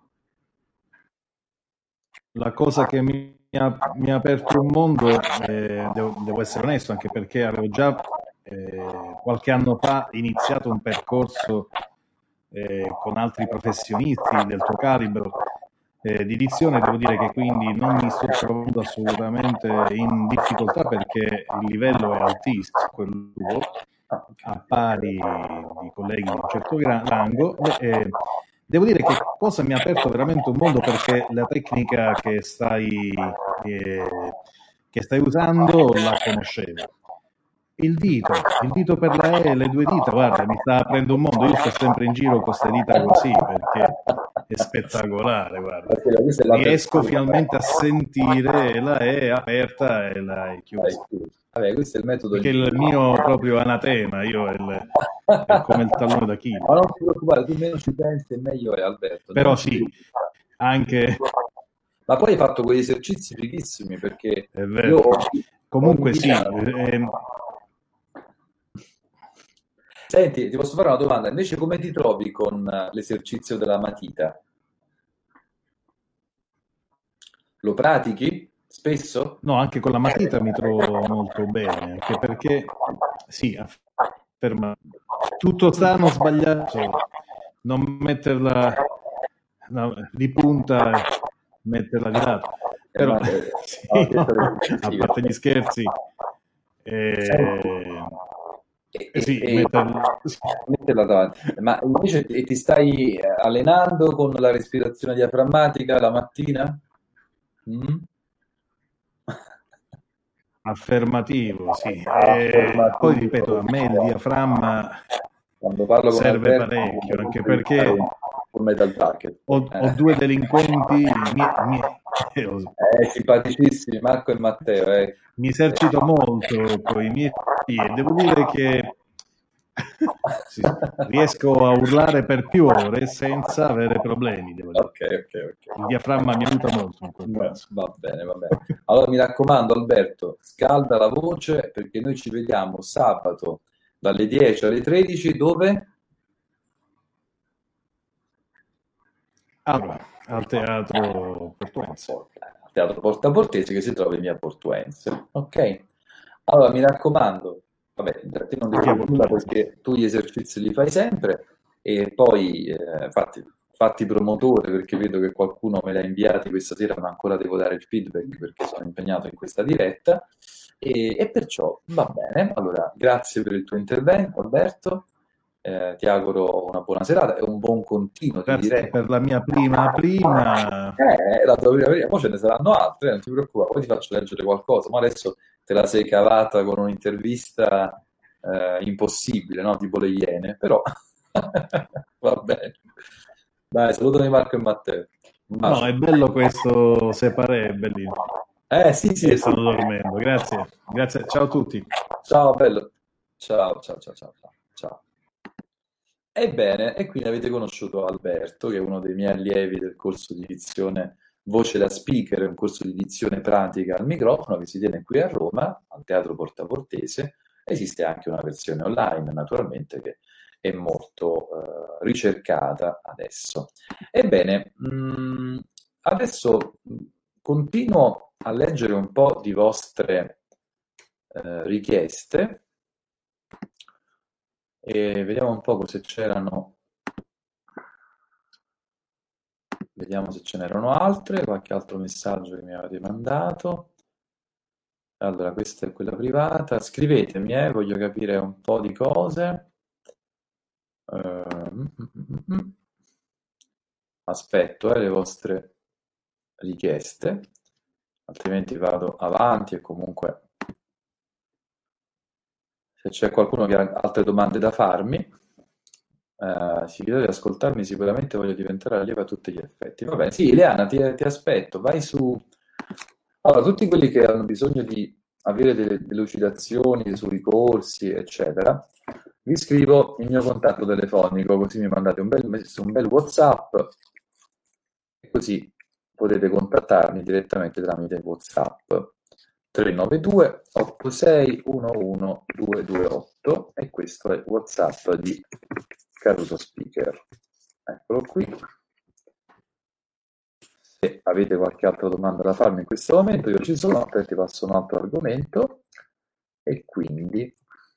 la cosa che mi ha, mi ha aperto un mondo, eh, devo, devo essere onesto, anche perché avevo già eh, qualche anno fa iniziato un percorso eh, con altri professionisti del tuo calibro eh, di dizione. Devo dire che quindi non mi sto trovando assolutamente in difficoltà, perché il livello è altissimo, quello tuo, a pari di colleghi di un certo rango. Eh, devo dire che cosa mi ha aperto veramente un mondo, perché la tecnica che stai, eh, che stai usando la conoscevo. Il dito, il dito per la E, le due dita, guarda, mi sta aprendo un mondo. Io sto sempre in giro con queste dita così, perché è spettacolare, guarda. Riesco finalmente a sentire la E aperta e la E chiusa. Vabbè, questo è il metodo. Perché il mio proprio anatema, io è, il, è come il tallone d'Achille. Ma non ti preoccupare, tu meno ci pensi e meglio è, Alberto. Però sì, anche... Ma poi hai fatto quegli esercizi fighissimi, perché... È vero. Io... Comunque sì... Eh... Senti, ti posso fare una domanda? Invece come ti trovi con l'esercizio della matita? Lo pratichi spesso? No, anche con la matita mi trovo molto bene, anche perché, sì, afferma, tutto strano sbagliato, non metterla no, di punta e metterla di lato. Però, sì, no, a parte gli scherzi, eh, E, eh sì, e, metterla, sì. metterla davanti. Ma invece ti, ti stai allenando con la respirazione diaframmatica la mattina? Mm? Affermativo, sì. E poi ripeto, a me il diaframma quando parlo serve con Alberto, parecchio, anche perché ho, ho due delinquenti mi, mi, eh, simpaticissimi, Marco e Matteo. Eh. Mi esercito molto con i miei figli e devo dire che sì, riesco a urlare per più ore senza avere problemi. Devo dire. Okay, okay, okay. Il diaframma mi aiuta molto in quel caso. Va bene, va bene. Allora mi raccomando, Alberto, scalda la voce, perché noi ci vediamo sabato dalle dieci alle tredici. Dove? Allora, al Teatro Portuense. Al Teatro Porta Portese, che si trova in via Portuense. Ok? Allora mi raccomando, vabbè, da te non devi nulla perché tu gli esercizi li fai sempre e poi eh, fatti, fatti promotore, perché vedo che qualcuno me li ha inviati questa sera, ma ancora devo dare il feedback perché sono impegnato in questa diretta e, e perciò va bene. Allora, grazie per il tuo intervento, Alberto. Eh, ti auguro una buona serata e un buon continuo. Ti Grazie direi. per la mia prima prima. Eh, la tua prima prima, poi ce ne saranno altre, non ti preoccupare, poi ti faccio leggere qualcosa, ma adesso te la sei cavata con un'intervista eh, impossibile, no? Tipo le Iene, però va bene. Dai, salutami Marco e Matteo. Un bacio. No, è bello questo separé, è bellino. Eh sì, sì, Sì, sì. stanno dormendo. Grazie. Grazie. Ciao a tutti. Ciao, bello. Ciao, ciao, ciao, ciao, ciao. Ciao. Ebbene, e quindi avete conosciuto Alberto, che è uno dei miei allievi del corso di dizione Voce da Speaker, un corso di dizione pratica al microfono che si tiene qui a Roma, al Teatro Portaportese. Esiste anche una versione online, naturalmente, che è molto eh, ricercata adesso. Ebbene, mh, adesso continuo a leggere un po' di vostre eh, richieste e vediamo un po' se c'erano, vediamo se ce n'erano altre, qualche altro messaggio che mi avete mandato. Allora, questa è quella privata, scrivetemi, eh, voglio capire un po' di cose. Uh, mm, mm, mm. Aspetto eh, le vostre richieste, altrimenti vado avanti e comunque se c'è qualcuno che ha altre domande da farmi, eh, si chiede di ascoltarmi, sicuramente voglio diventare allievo a tutti gli effetti. Va bene, sì, Ileana, ti, ti aspetto, vai su... Allora, tutti quelli che hanno bisogno di avere delle delucidazioni sui corsi, eccetera, vi scrivo il mio contatto telefonico, così mi mandate un bel, un bel WhatsApp e così potete contattarmi direttamente tramite WhatsApp tre nove due otto sei uno uno due due otto e questo è WhatsApp di Caruso Speaker. Eccolo qui. Se avete qualche altra domanda da farmi in questo momento, io ci sono, poi ti passo un altro argomento e quindi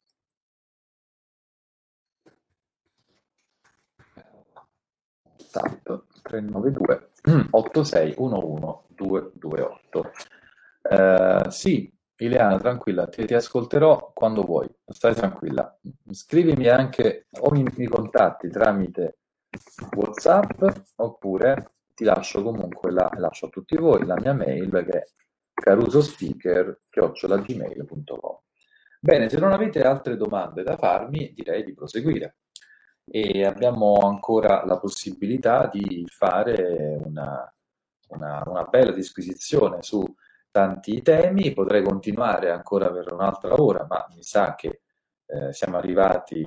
WhatsApp tre nove due otto sei uno uno due due otto. Uh, sì, Ileana, tranquilla, ti, ti ascolterò quando vuoi, stai tranquilla. Scrivimi anche o mi, mi contatti tramite WhatsApp oppure ti lascio comunque la, lascio a tutti voi la mia mail che è carusospeaker chiocciola gmail punto com. Bene, se non avete altre domande da farmi, direi di proseguire. E abbiamo ancora la possibilità di fare una, una, una bella disquisizione su tanti temi. Potrei continuare ancora per un'altra ora, ma mi sa che eh, siamo arrivati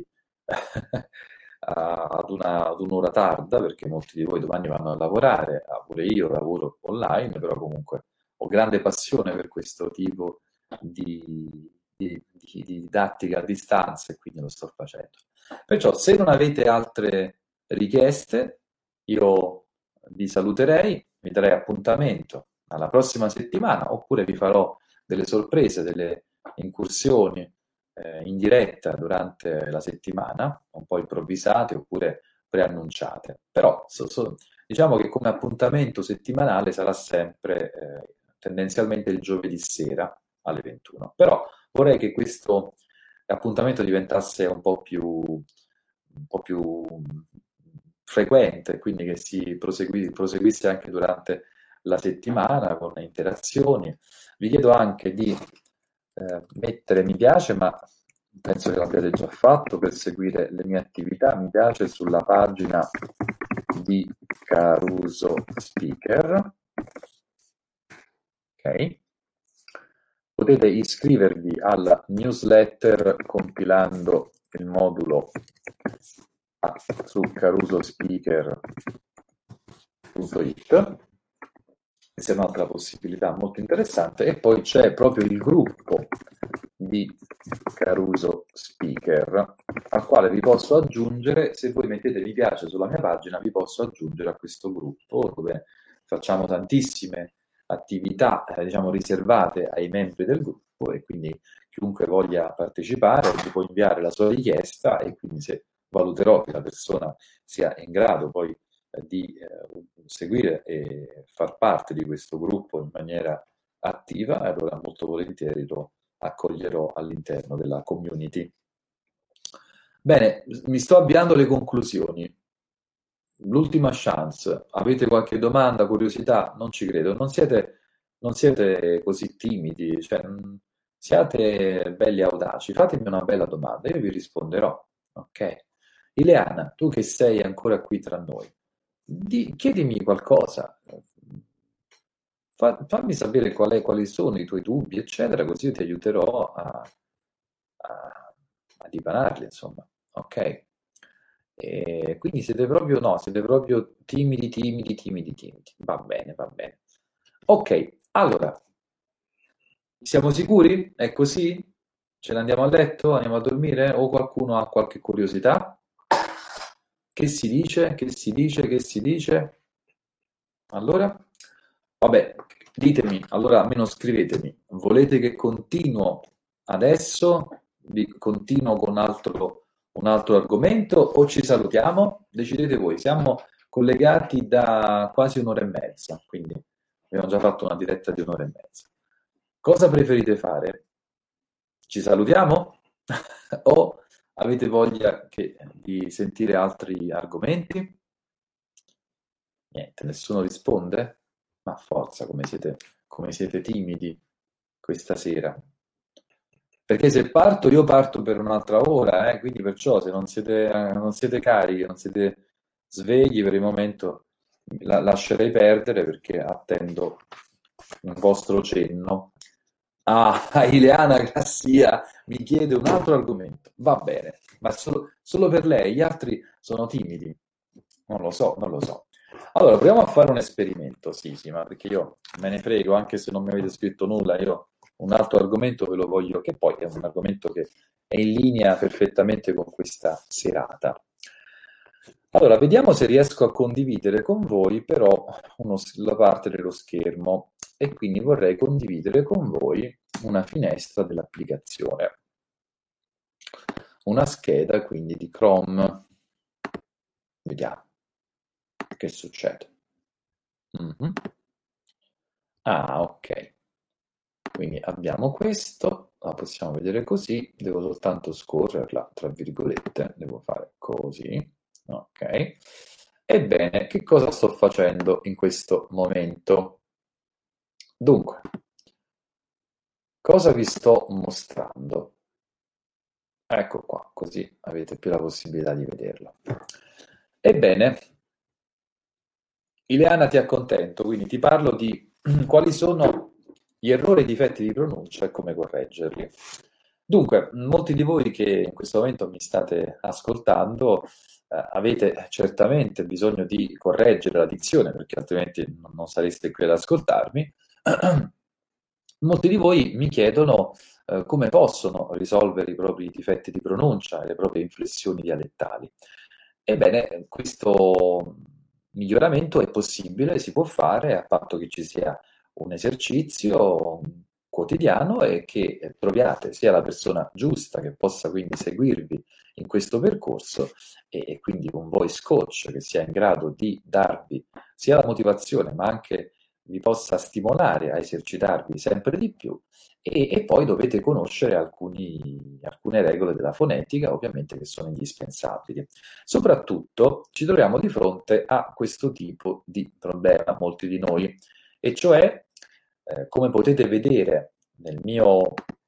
ad, una, ad un'ora tarda, perché molti di voi domani vanno a lavorare, pure io lavoro online, però comunque ho grande passione per questo tipo di, di, di, di didattica a distanza e quindi lo sto facendo. Perciò se non avete altre richieste, io vi saluterei, vi darei appuntamento alla prossima settimana, oppure vi farò delle sorprese, delle incursioni eh, in diretta durante la settimana, un po' improvvisate oppure preannunciate. Però so, so, diciamo che come appuntamento settimanale sarà sempre eh, tendenzialmente il giovedì sera alle ventuno. Però vorrei che questo appuntamento diventasse un po' più, un po' più frequente, quindi che si prosegui, proseguisse anche durante la settimana con interazioni. Vi chiedo anche di eh, mettere mi piace, ma penso che l'abbiate già fatto, per seguire le mie attività. Mi piace sulla pagina di Caruso Speaker. Ok. Potete iscrivervi alla newsletter compilando il modulo su carusospeaker punto it. Questa è un'altra possibilità molto interessante. E poi c'è proprio il gruppo di Caruso Speaker al quale vi posso aggiungere. Se voi mettete mi piace sulla mia pagina, vi posso aggiungere a questo gruppo dove facciamo tantissime attività eh, diciamo riservate ai membri del gruppo, gruppo, e quindi chiunque voglia partecipare mi può inviare la sua richiesta, e quindi se valuterò che la persona sia in grado poi eh, di eh, seguire e far parte di questo gruppo in maniera attiva, allora molto volentieri lo accoglierò all'interno della community. Bene, mi sto avviando alle conclusioni. L'ultima chance. Avete qualche domanda, curiosità? Non ci credo. Non siete, non siete così timidi, cioè, mh, siate belli audaci. Fatemi una bella domanda, io vi risponderò. Ok? Ileana, tu che sei ancora qui tra noi, di, chiedimi qualcosa. Fa, fammi sapere qual è, quali sono i tuoi dubbi, eccetera, così io ti aiuterò a, a, a dipanarli, insomma. Ok? E quindi siete proprio, no, siete proprio timidi, timidi, timidi, timidi. Va bene, va bene. Ok, allora, siamo sicuri? È così? Ce ne andiamo a letto? Andiamo a dormire? O qualcuno ha qualche curiosità? Che si dice? Che si dice? Che si dice? Allora? Vabbè, ditemi, allora almeno scrivetemi. Volete che continuo adesso? Vi continuo con altro... un altro argomento o ci salutiamo? Decidete voi, siamo collegati da quasi un'ora e mezza, quindi abbiamo già fatto una diretta di un'ora e mezza. Cosa preferite fare? Ci salutiamo? O avete voglia che, di sentire altri argomenti? Niente, nessuno risponde? Ma forza, come siete, come siete timidi questa sera. Perché se parto, io parto per un'altra ora, eh? Quindi perciò se non siete, eh, non siete carichi, non siete svegli per il momento, la lascerei perdere perché attendo un vostro cenno. Ah, Ileana Gassia mi chiede un altro argomento. Va bene, ma solo, solo per lei, gli altri sono timidi. Non lo so, non lo so. Allora, proviamo a fare un esperimento, sì, sì, ma perché io me ne frego, anche se non mi avete scritto nulla, io... un altro argomento ve lo voglio, che poi è un argomento che è in linea perfettamente con questa serata. Allora, vediamo se riesco a condividere con voi però uno, la parte dello schermo, e quindi vorrei condividere con voi una finestra dell'applicazione, una scheda quindi di Chrome. Vediamo che succede. Mm-hmm. Ah, ok. Quindi abbiamo questo, la possiamo vedere così, devo soltanto scorrerla, tra virgolette, devo fare così, ok? Ebbene, che cosa sto facendo in questo momento? Dunque, cosa vi sto mostrando? Ecco qua, così avete più la possibilità di vederlo. Ebbene, Ileana, ti accontento, quindi ti parlo di quali sono gli errori e i difetti di pronuncia e come correggerli. Dunque, molti di voi che in questo momento mi state ascoltando eh, avete certamente bisogno di correggere la dizione, perché altrimenti non, non sareste qui ad ascoltarmi. Molti di voi mi chiedono eh, come possono risolvere i propri difetti di pronuncia e le proprie inflessioni dialettali. Ebbene, questo miglioramento è possibile, si può fare a patto che ci sia un esercizio quotidiano e che troviate sia la persona giusta che possa quindi seguirvi in questo percorso, e, e quindi un voice coach che sia in grado di darvi sia la motivazione ma anche vi possa stimolare a esercitarvi sempre di più, e, e poi dovete conoscere alcuni, alcune regole della fonetica, ovviamente, che sono indispensabili. Soprattutto ci troviamo di fronte a questo tipo di problema, molti di noi, e cioè, eh, come potete vedere nel mio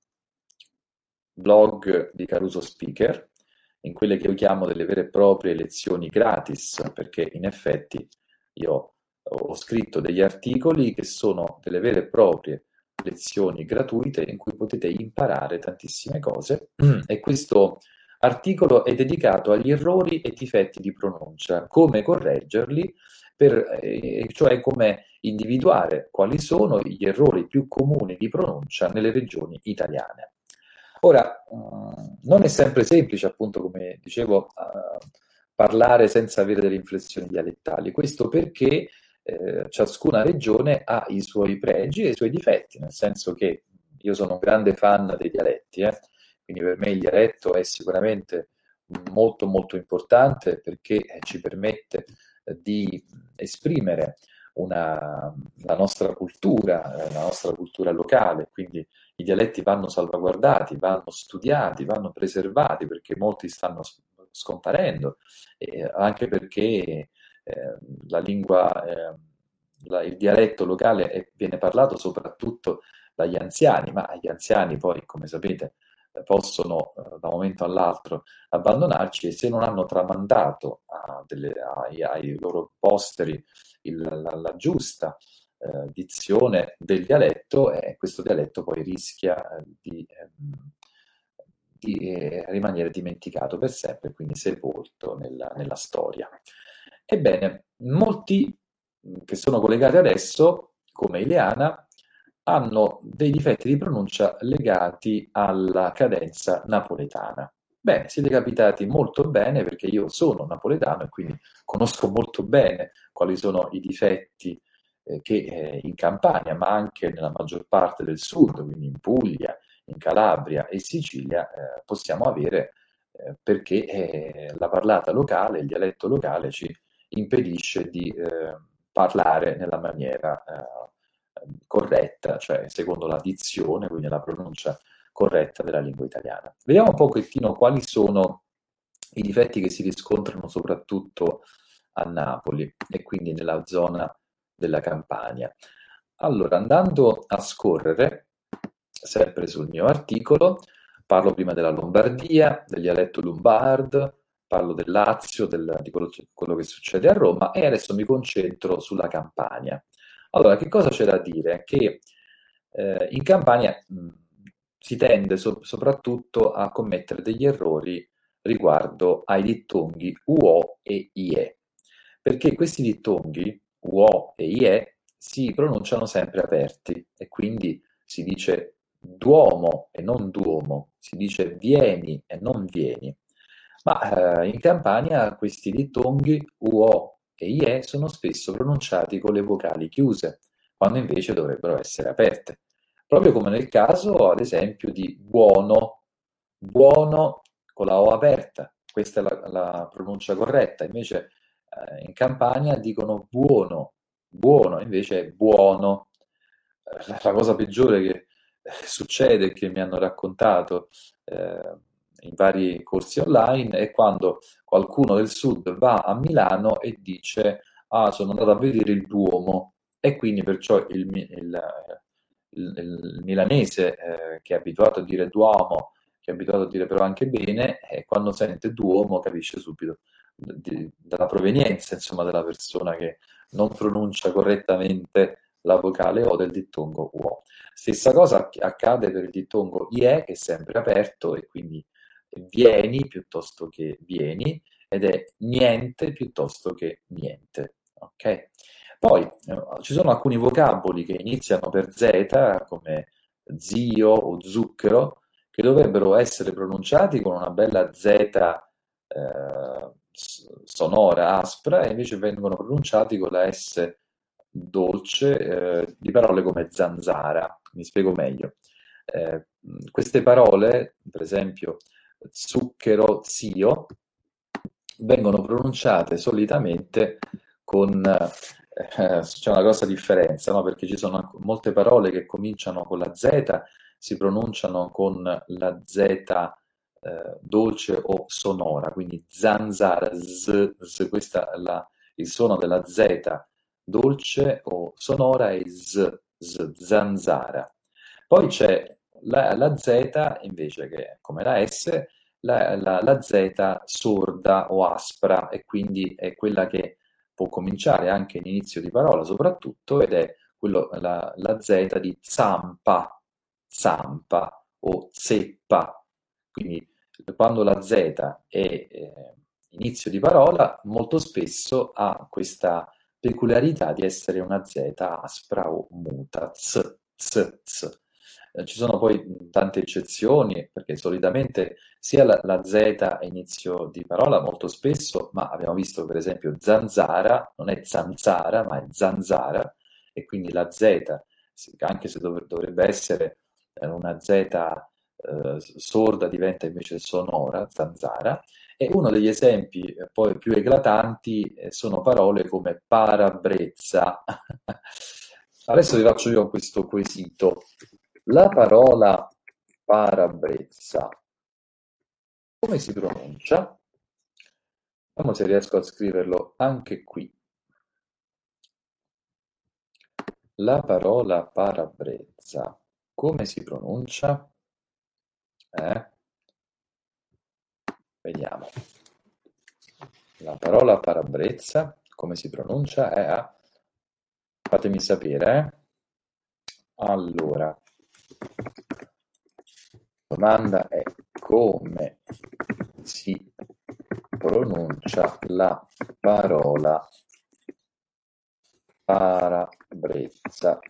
blog di Caruso Speaker, in quelle che io chiamo delle vere e proprie lezioni gratis, perché in effetti io ho scritto degli articoli che sono delle vere e proprie lezioni gratuite in cui potete imparare tantissime cose, e questo articolo è dedicato agli errori e difetti di pronuncia, come correggerli, per, eh, cioè come individuare quali sono gli errori più comuni di pronuncia nelle regioni italiane. Ora, mh, non è sempre semplice, appunto, come dicevo, uh, parlare senza avere delle inflessioni dialettali. Questo perché eh, ciascuna regione ha i suoi pregi e i suoi difetti, nel senso che io sono un grande fan dei dialetti, eh? Quindi per me il dialetto è sicuramente molto molto importante perché ci permette di esprimere una, la nostra cultura, la nostra cultura locale, quindi i dialetti vanno salvaguardati, vanno studiati, vanno preservati perché molti stanno scomparendo, eh, anche perché eh, la lingua, eh, la, il dialetto locale è, viene parlato soprattutto dagli anziani, ma gli anziani poi, come sapete, possono eh, da un momento all'altro abbandonarci e se non hanno tramandato a delle, ai, ai loro posteri il, la, la giusta eh, dizione del dialetto, eh, questo dialetto poi rischia eh, di, eh, di eh, rimanere dimenticato per sempre, quindi sepolto nella, nella storia. Ebbene, molti che sono collegati adesso, come Ileana, hanno dei difetti di pronuncia legati alla cadenza napoletana. Bene, siete capitati molto bene perché io sono napoletano e quindi conosco molto bene quali sono i difetti eh, che eh, in Campania, ma anche nella maggior parte del sud, quindi in Puglia, in Calabria e Sicilia, eh, possiamo avere eh, perché eh, la parlata locale, il dialetto locale ci impedisce di eh, parlare nella maniera eh, corretta, cioè secondo la dizione, quindi la pronuncia corretta della lingua italiana. Vediamo un pochettino quali sono i difetti che si riscontrano soprattutto a Napoli e quindi nella zona della Campania. Allora, andando a scorrere, sempre sul mio articolo, parlo prima della Lombardia, del dialetto lombard, parlo del Lazio, del, di quello, quello che succede a Roma e adesso mi concentro sulla Campania. Allora, che cosa c'è da dire? Che eh, in Campania mh, si tende so- soprattutto a commettere degli errori riguardo ai dittonghi uo e ie, perché questi dittonghi uo e ie si pronunciano sempre aperti e quindi si dice duomo e non duomo, si dice vieni e non vieni. Ma eh, in Campania questi dittonghi uo e ie sono spesso pronunciati con le vocali chiuse, quando invece dovrebbero essere aperte. Proprio come nel caso, ad esempio, di buono, buono con la O aperta, questa è la, la pronuncia corretta, invece eh, in Campania dicono buono, buono, invece è buono. La, la cosa peggiore che eh, succede, che mi hanno raccontato eh, in vari corsi online, è quando qualcuno del sud va a Milano e dice ah, sono andato a vedere il Duomo, e quindi perciò il, il, il, il milanese eh, che è abituato a dire Duomo, che è abituato a dire però anche bene, eh, quando sente Duomo capisce subito di, dalla provenienza, insomma, della persona che non pronuncia correttamente la vocale O del dittongo uo. Stessa cosa accade per il dittongo ie, che è sempre aperto e quindi vieni piuttosto che vieni, ed è niente piuttosto che niente. Ok? Poi eh, ci sono alcuni vocaboli che iniziano per Z, come zio o zucchero, che dovrebbero essere pronunciati con una bella Z eh, sonora, aspra, e invece vengono pronunciati con la S dolce eh, di parole come zanzara. Mi spiego meglio. Eh, queste parole, per esempio zucchero, zio, vengono pronunciate solitamente con eh, c'è una grossa differenza, no? Perché ci sono molte parole che cominciano con la Z, si pronunciano con la Z eh, dolce o sonora, quindi zanzara, z, z, questa è la, il suono della Z dolce o sonora è z, z, zanzara. Poi c'è la, la Z invece, che è come la S, la, la, la Z sorda o aspra, e quindi è quella che può cominciare anche in inizio di parola soprattutto, ed è quello, la, la Z di zampa, zampa o zeppa. Quindi quando la Z è eh, inizio di parola, molto spesso ha questa peculiarità di essere una Z aspra o muta, z, z, z. Ci sono poi tante eccezioni, perché solitamente sia la, la Z a inizio di parola molto spesso, ma abbiamo visto per esempio zanzara, non è zanzara, ma è zanzara, e quindi la Z, anche se dov- dovrebbe essere una Z eh, sorda diventa invece sonora, zanzara, e uno degli esempi eh, poi più eclatanti eh, sono parole come parabrezza. Adesso vi faccio io questo quesito. La parola parabrezza, come si pronuncia? Vediamo se riesco a scriverlo anche qui. La parola parabrezza, come si pronuncia? Eh? Vediamo. La parola parabrezza, come si pronuncia? È a... Fatemi sapere. Eh? Allora, la domanda è come si pronuncia la parola parabrezza.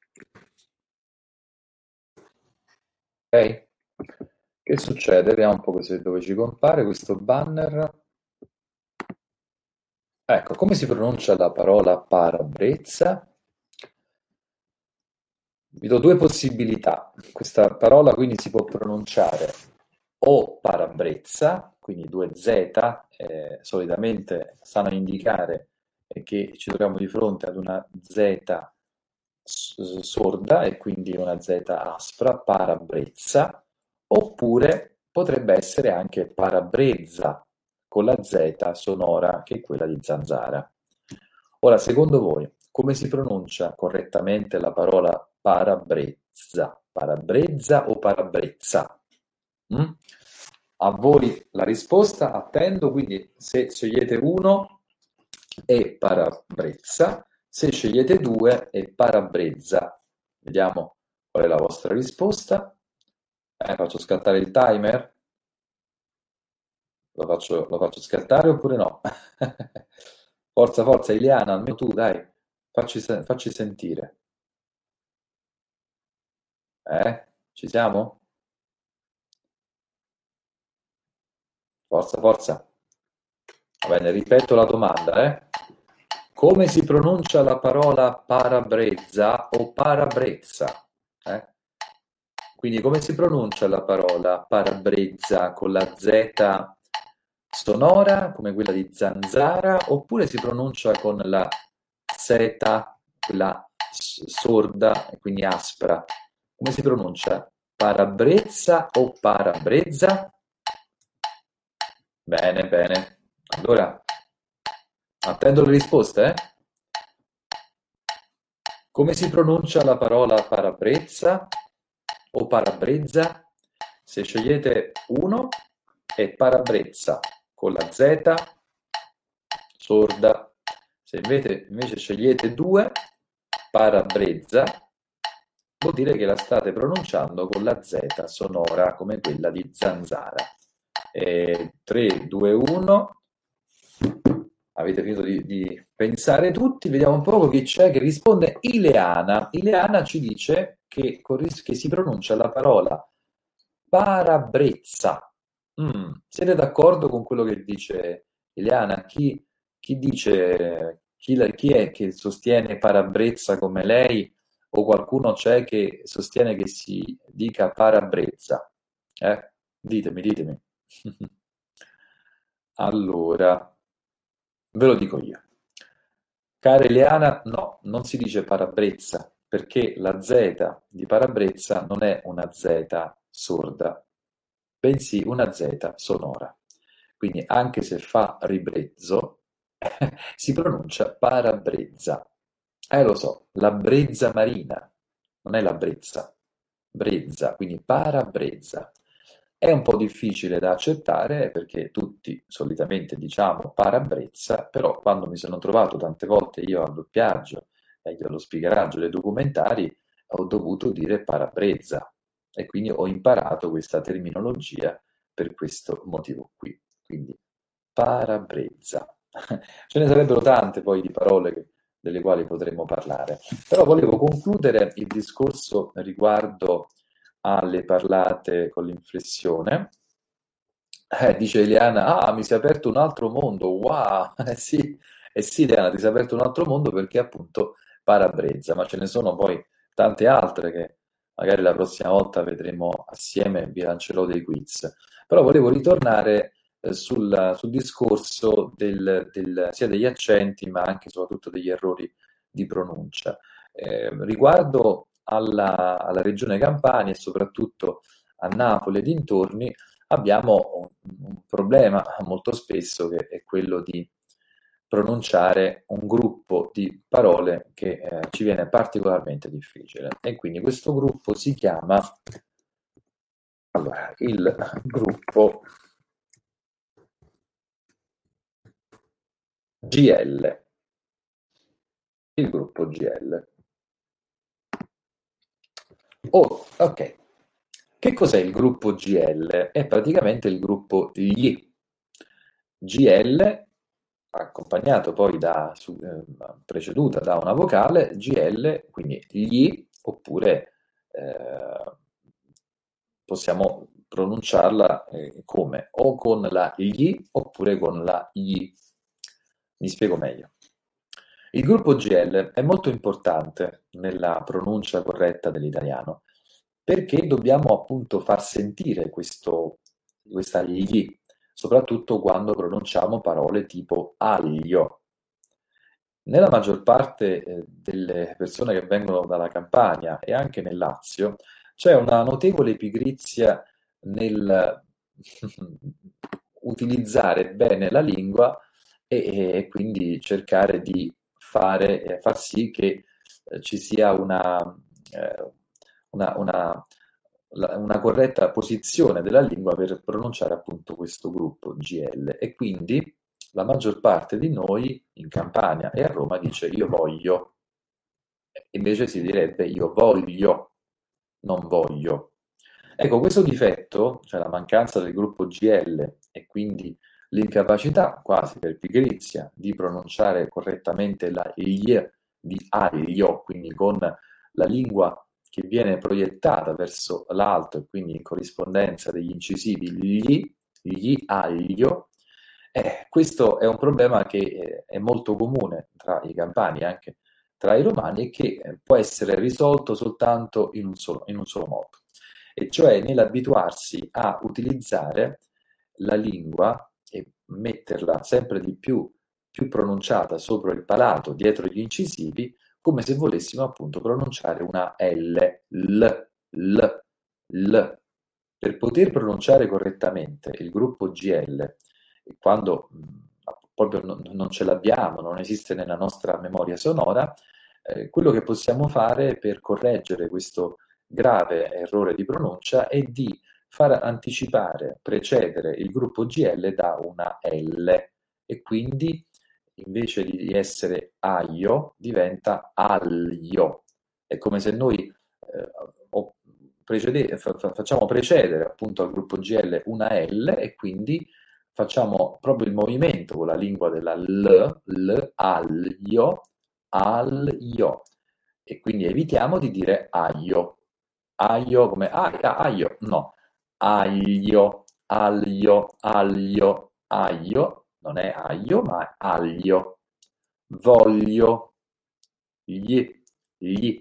Ok? Che succede? Vediamo un po' se dove ci compare questo banner. Ecco, come si pronuncia la parola parabrezza? Vi do due possibilità. Questa parola quindi si può pronunciare o parabrezza, quindi due Z, eh, solitamente stanno a indicare che ci troviamo di fronte ad una Z sorda e quindi una Z aspra, parabrezza, oppure potrebbe essere anche parabrezza con la Z sonora che è quella di zanzara. Ora, secondo voi, come si pronuncia correttamente la parola parabrezza? Parabrezza o parabrezza? Mm? A voi la risposta, attendo, quindi se scegliete uno è parabrezza, se scegliete due è parabrezza. Vediamo qual è la vostra risposta. Eh, faccio scattare il timer? Lo faccio, lo faccio scattare oppure no? Forza, forza, Ileana, almeno tu, dai, facci, facci sentire. Eh? Ci siamo? Forza, forza. Va bene, ripeto la domanda, eh? Come si pronuncia la parola parabrezza o parabrezza? Eh? Quindi come si pronuncia la parola parabrezza con la Z sonora, come quella di zanzara, oppure si pronuncia con la Z, quella sorda e quindi aspra? Come si pronuncia? Parabrezza o parabrezza? Bene, bene. Allora, attendo le risposte, eh? Come si pronuncia la parola parabrezza o parabrezza? Se scegliete uno è parabrezza con la Z sorda. Se invece, invece scegliete due, parabrezza, vuol dire che la state pronunciando con la Z sonora come quella di zanzara. E tre, due, uno. Avete finito di, di pensare tutti, vediamo un po' chi c'è che risponde. Ileana. Ileana ci dice che, che si pronuncia la parola parabrezza. Mm, siete d'accordo con quello che dice Ileana? Chi, chi dice, chi, chi è che sostiene parabrezza come lei, o qualcuno c'è che sostiene che si dica parabrezza? Eh? Ditemi, ditemi. Allora, ve lo dico io. Cara Eliana, no, non si dice parabrezza, perché la Z di parabrezza non è una Z sorda, bensì una Z sonora. Quindi anche se fa ribrezzo, si pronuncia parabrezza. Eh, lo so, la brezza marina, non è la brezza, brezza, quindi parabrezza. È un po' difficile da accettare perché tutti solitamente diciamo parabrezza, però quando mi sono trovato tante volte io al doppiaggio, e allo speakeraggio dei documentari, ho dovuto dire parabrezza e quindi ho imparato questa terminologia per questo motivo qui. Quindi parabrezza. Ce ne sarebbero tante poi di parole che, delle quali potremmo parlare, però volevo concludere il discorso riguardo alle parlate con l'inflessione. Eh, dice Eliana, ah, mi si è aperto un altro mondo, wow, eh sì, eh sì Eliana, ti si è aperto un altro mondo perché appunto parabrezza, ma ce ne sono poi tante altre che magari la prossima volta vedremo assieme, vi lancerò dei quiz. Però volevo ritornare eh, sul, sul discorso del, del, sia degli accenti, ma anche e soprattutto degli errori di pronuncia. Eh, riguardo alla, alla regione Campania e soprattutto a Napoli e dintorni, abbiamo un, un problema molto spesso, che è quello di pronunciare un gruppo di parole che eh, ci viene particolarmente difficile, e quindi questo gruppo si chiama, allora, il gruppo G L, il gruppo G L. Oh, ok. Che cos'è il gruppo G L? È praticamente il gruppo gli. G L accompagnato poi da, su, eh, preceduta da una vocale, G L, quindi gli, oppure eh, possiamo pronunciarla eh, come o con la gli oppure con la gli. Mi spiego meglio. Il gruppo G L è molto importante nella pronuncia corretta dell'italiano, perché dobbiamo appunto far sentire questo, questa gli, soprattutto quando pronunciamo parole tipo aglio. Nella maggior parte eh, delle persone che vengono dalla Campania e anche nel Lazio c'è una notevole pigrizia nel utilizzare bene la lingua e, e quindi cercare di fare, eh, far sì che eh, ci sia una, eh, una, una una corretta posizione della lingua per pronunciare appunto questo gruppo G L, e quindi la maggior parte di noi in Campania e a Roma dice io voglio, invece si direbbe io voglio, non voglio. Ecco, questo difetto, cioè la mancanza del gruppo G L e quindi l'incapacità quasi per pigrizia di pronunciare correttamente la gli di aglio, quindi con la lingua che viene proiettata verso l'alto e quindi in corrispondenza degli incisivi gli, gli aglio, eh, questo è un problema che eh, è molto comune tra i campani e anche tra i romani, e che eh, può essere risolto soltanto in un solo, in un solo modo, e cioè nell'abituarsi a utilizzare la lingua e metterla sempre di più, più pronunciata sopra il palato, dietro gli incisivi, come se volessimo appunto pronunciare una L, L, L, L. Per poter pronunciare correttamente il gruppo G L, quando mh, proprio non, non ce l'abbiamo, non esiste nella nostra memoria sonora, eh, quello che possiamo fare per correggere questo grave errore di pronuncia è di far anticipare, precedere il gruppo G L da una L, e quindi invece di essere aglio diventa aglio. È come se noi eh, precede, fa, facciamo precedere appunto al gruppo G L una L, e quindi facciamo proprio il movimento con la lingua della L, L, aglio, aglio, e quindi evitiamo di dire aglio, aglio come aglio, aglio, no, aglio, aglio, aglio, aglio, non è aglio ma è aglio. Voglio, gli, gli.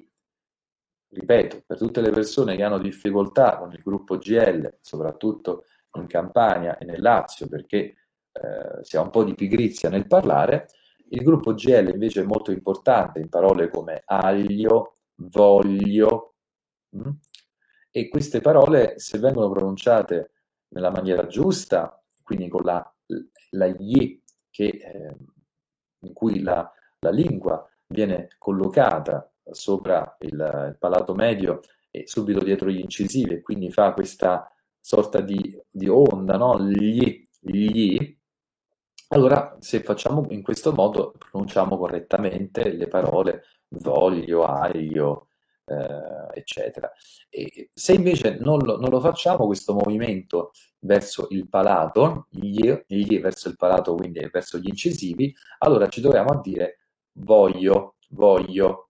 Ripeto, per tutte le persone che hanno difficoltà con il gruppo G L, soprattutto in Campania e nel Lazio, perché eh, si ha un po' di pigrizia nel parlare, il gruppo G L invece è molto importante in parole come aglio, voglio, mh? E queste parole, se vengono pronunciate nella maniera giusta, quindi con la, la gli, che, eh, in cui la, la lingua viene collocata sopra il, il palato medio e subito dietro gli incisivi, e quindi fa questa sorta di, di onda, no? Gli, gli. Allora, se facciamo in questo modo, pronunciamo correttamente le parole voglio, aglio, eh, eccetera. E se invece non lo, non lo facciamo, questo movimento verso il palato, gli, gli verso il palato, quindi verso gli incisivi, allora ci troviamo a dire voglio, voglio,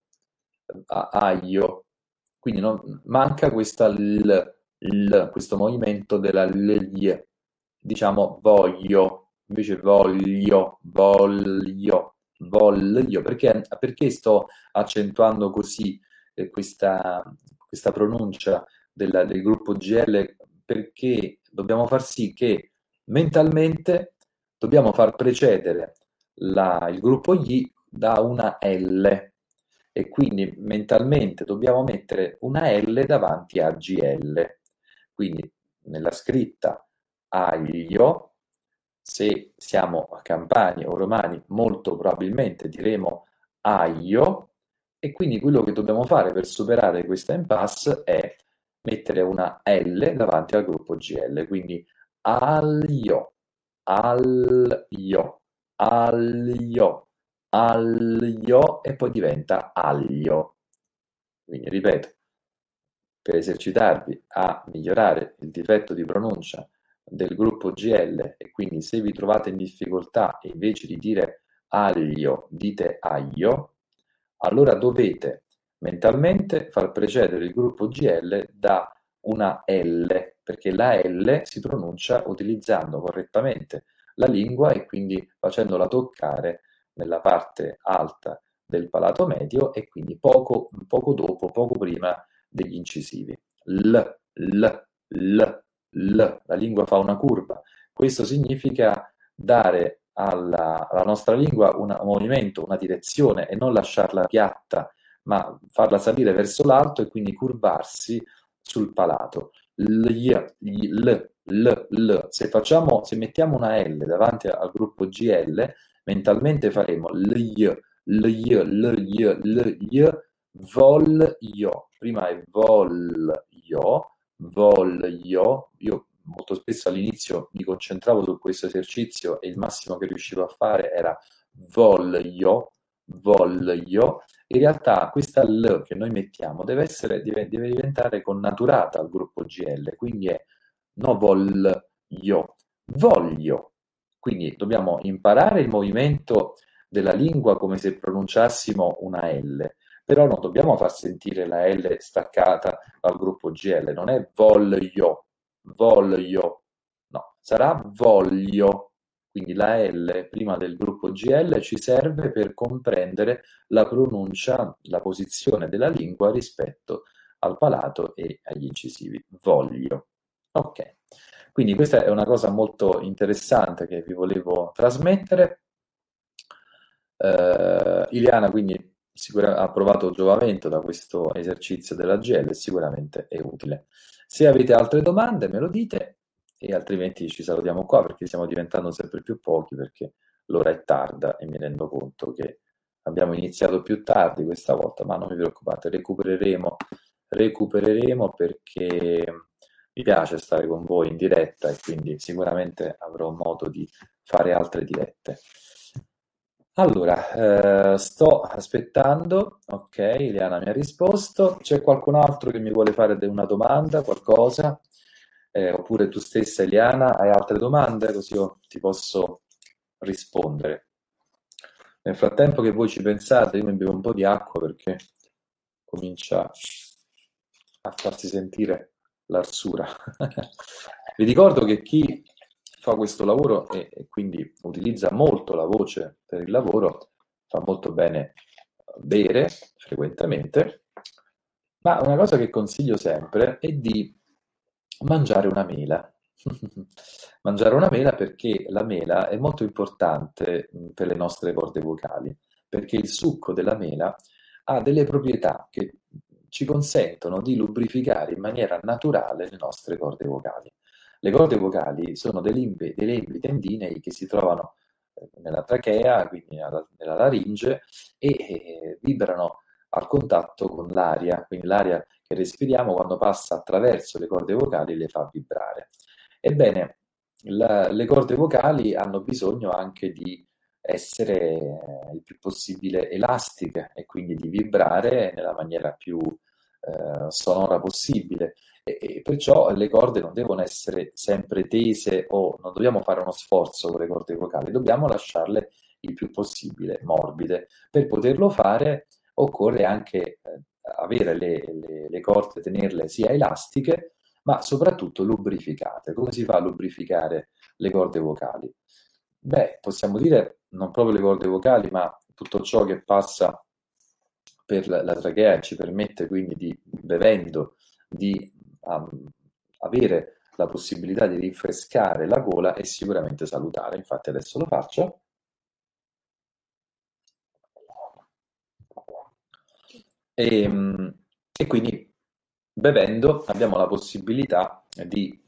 aglio. Quindi non, manca questa l, l, questo movimento della l, gli. Diciamo voglio, invece voglio, voglio, voglio. Perché, perché sto accentuando così eh, questa, questa pronuncia della, del gruppo G L, perché dobbiamo far sì che mentalmente dobbiamo far precedere la, il gruppo I da una L, e quindi mentalmente dobbiamo mettere una L davanti a G L. Quindi nella scritta aglio, se siamo campani o romani, molto probabilmente diremo aglio, e quindi quello che dobbiamo fare per superare questa impasse è mettere una L davanti al gruppo G L, quindi aglio, aglio, aglio, aglio, e poi diventa aglio. Quindi ripeto, per esercitarvi a migliorare il difetto di pronuncia del gruppo G L, e quindi se vi trovate in difficoltà e invece di dire aglio dite aglio, allora dovete mentalmente far precedere il gruppo G L da una L, perché la L si pronuncia utilizzando correttamente la lingua e quindi facendola toccare nella parte alta del palato medio, e quindi poco, poco dopo, poco prima degli incisivi. L, l, l, l. La lingua fa una curva. Questo significa dare alla, alla nostra lingua un movimento, una direzione, e non lasciarla piatta, ma farla salire verso l'alto e quindi curvarsi sul palato. L, l, l, l. Se facciamo, se mettiamo una L davanti al gruppo G L, mentalmente faremo l, l, l, l, l, voglio. Prima è voglio, voglio. Io molto spesso all'inizio mi concentravo su questo esercizio e il massimo che riuscivo a fare era voglio, voglio. In realtà questa L che noi mettiamo deve essere, deve, deve diventare connaturata al gruppo G L, quindi è no voglio, voglio. Quindi dobbiamo imparare il movimento della lingua come se pronunciassimo una L, però non dobbiamo far sentire la L staccata dal gruppo G L, non è voglio, voglio, no, sarà voglio. Quindi la L prima del gruppo G L ci serve per comprendere la pronuncia, la posizione della lingua rispetto al palato e agli incisivi. Voglio. Ok, quindi questa è una cosa molto interessante che vi volevo trasmettere. Uh, Ileana quindi sicuramente ha provato giovamento da questo esercizio della G L, sicuramente è utile. Se avete altre domande me lo dite, e altrimenti ci salutiamo qua, perché stiamo diventando sempre più pochi, perché l'ora è tarda e mi rendo conto che abbiamo iniziato più tardi questa volta, ma non vi preoccupate, recupereremo, recupereremo perché mi piace stare con voi in diretta e quindi sicuramente avrò modo di fare altre dirette. Allora, eh, sto aspettando, ok, Ileana mi ha risposto. C'è qualcun altro che mi vuole fare una domanda, qualcosa? Eh, oppure tu stessa, Ileana, hai altre domande, così io ti posso rispondere. Nel frattempo che voi ci pensate, io mi bevo un po' di acqua perché comincia a farsi sentire l'arsura. Vi ricordo che chi fa questo lavoro e, e quindi utilizza molto la voce per il lavoro, fa molto bene bere frequentemente, ma una cosa che consiglio sempre è di mangiare una mela. Mangiare una mela, perché la mela è molto importante per le nostre corde vocali, perché il succo della mela ha delle proprietà che ci consentono di lubrificare in maniera naturale le nostre corde vocali. Le corde vocali sono dei limbi, dei lembi tendinei che si trovano nella trachea, quindi nella, nella laringe, e eh, vibrano al contatto con l'aria, quindi l'aria che respiriamo quando passa attraverso le corde vocali le fa vibrare. Ebbene, la, le corde vocali hanno bisogno anche di essere il più possibile elastiche e quindi di vibrare nella maniera più eh, sonora possibile. E, e perciò le corde non devono essere sempre tese, o non dobbiamo fare uno sforzo con le corde vocali, dobbiamo lasciarle il più possibile morbide. Per poterlo fare occorre anche eh, avere le, le, le corde, tenerle sia elastiche ma soprattutto lubrificate. Come si fa a lubrificare le corde vocali? Beh, possiamo dire non proprio le corde vocali, ma tutto ciò che passa per la, la trachea e ci permette quindi di, bevendo, di um, avere la possibilità di rinfrescare la gola, è sicuramente salutare. Infatti adesso lo faccio. E, e quindi bevendo abbiamo la possibilità di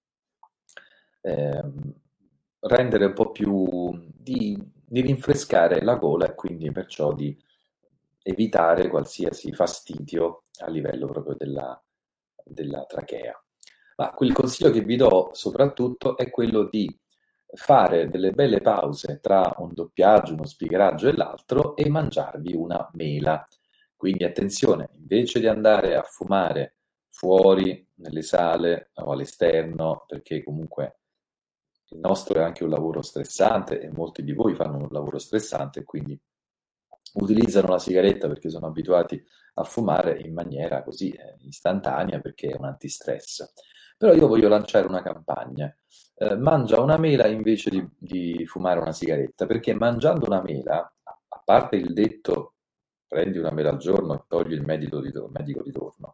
eh, rendere un po' più, di, di rinfrescare la gola e quindi perciò di evitare qualsiasi fastidio a livello proprio della, della trachea. Ma il consiglio che vi do soprattutto è quello di fare delle belle pause tra un doppiaggio, uno speakeraggio e l'altro e mangiarvi una mela. Quindi attenzione, invece di andare a fumare fuori, nelle sale o all'esterno, perché comunque il nostro è anche un lavoro stressante e molti di voi fanno un lavoro stressante e quindi utilizzano la sigaretta perché sono abituati a fumare in maniera così eh, istantanea perché è un antistress. Però io voglio lanciare una campagna. Eh, mangia una mela invece di, di fumare una sigaretta, perché mangiando una mela, a parte il detto prendi una mela al giorno e togli il medico di, medico di torno,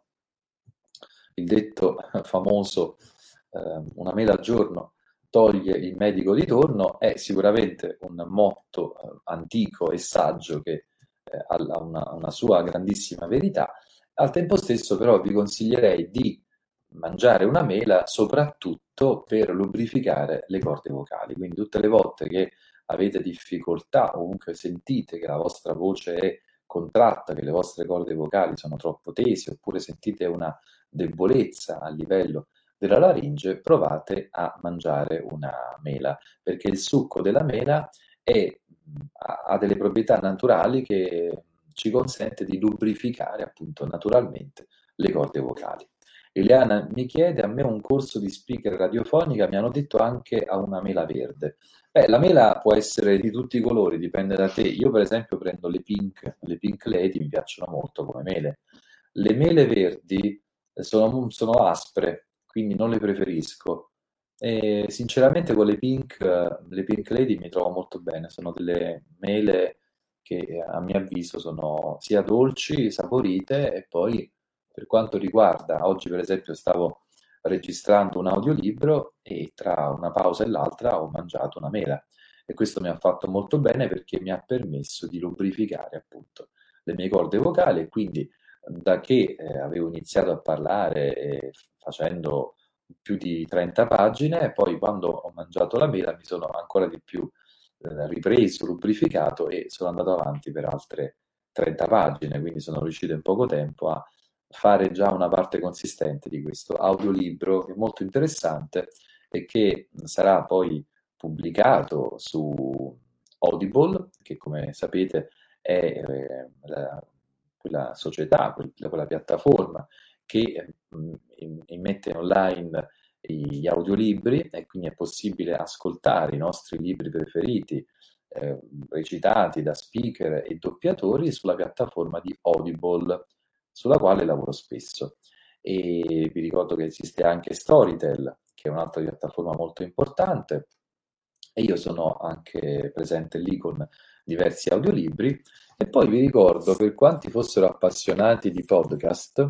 il detto famoso eh, una mela al giorno toglie il medico di torno è sicuramente un motto eh, antico e saggio che eh, ha una, una sua grandissima verità. Al tempo stesso però vi consiglierei di mangiare una mela soprattutto per lubrificare le corde vocali, quindi tutte le volte che avete difficoltà o comunque sentite che la vostra voce è contratta, che le vostre corde vocali sono troppo tese oppure sentite una debolezza a livello della laringe, provate a mangiare una mela, perché il succo della mela è, ha delle proprietà naturali che ci consente di lubrificare appunto naturalmente le corde vocali. Eliana mi chiede, a me un corso di speaker radiofonica, mi hanno detto anche a una mela verde. Beh, la mela può essere di tutti i colori, dipende da te. Io per esempio prendo le pink, le pink lady, mi piacciono molto come mele. Le mele verdi sono, sono aspre, quindi non le preferisco. E sinceramente con le pink, le pink lady mi trovo molto bene, sono delle mele che a mio avviso sono sia dolci, saporite e poi per quanto riguarda, oggi per esempio stavo registrando un audiolibro e tra una pausa e l'altra ho mangiato una mela e questo mi ha fatto molto bene perché mi ha permesso di lubrificare appunto le mie corde vocali e quindi da che eh, avevo iniziato a parlare eh, facendo più di trenta pagine, poi quando ho mangiato la mela mi sono ancora di più eh, ripreso, lubrificato e sono andato avanti per altre trenta pagine, quindi sono riuscito in poco tempo a fare già una parte consistente di questo audiolibro che è molto interessante e che sarà poi pubblicato su Audible, che come sapete è eh, la, quella società, quella, quella piattaforma che mh, immette online gli audiolibri e quindi è possibile ascoltare i nostri libri preferiti eh, recitati da speaker e doppiatori sulla piattaforma di Audible, sulla quale lavoro spesso. E vi ricordo che esiste anche Storytel, che è un'altra piattaforma molto importante, e io sono anche presente lì con diversi audiolibri. E poi vi ricordo, per quanti fossero appassionati di podcast,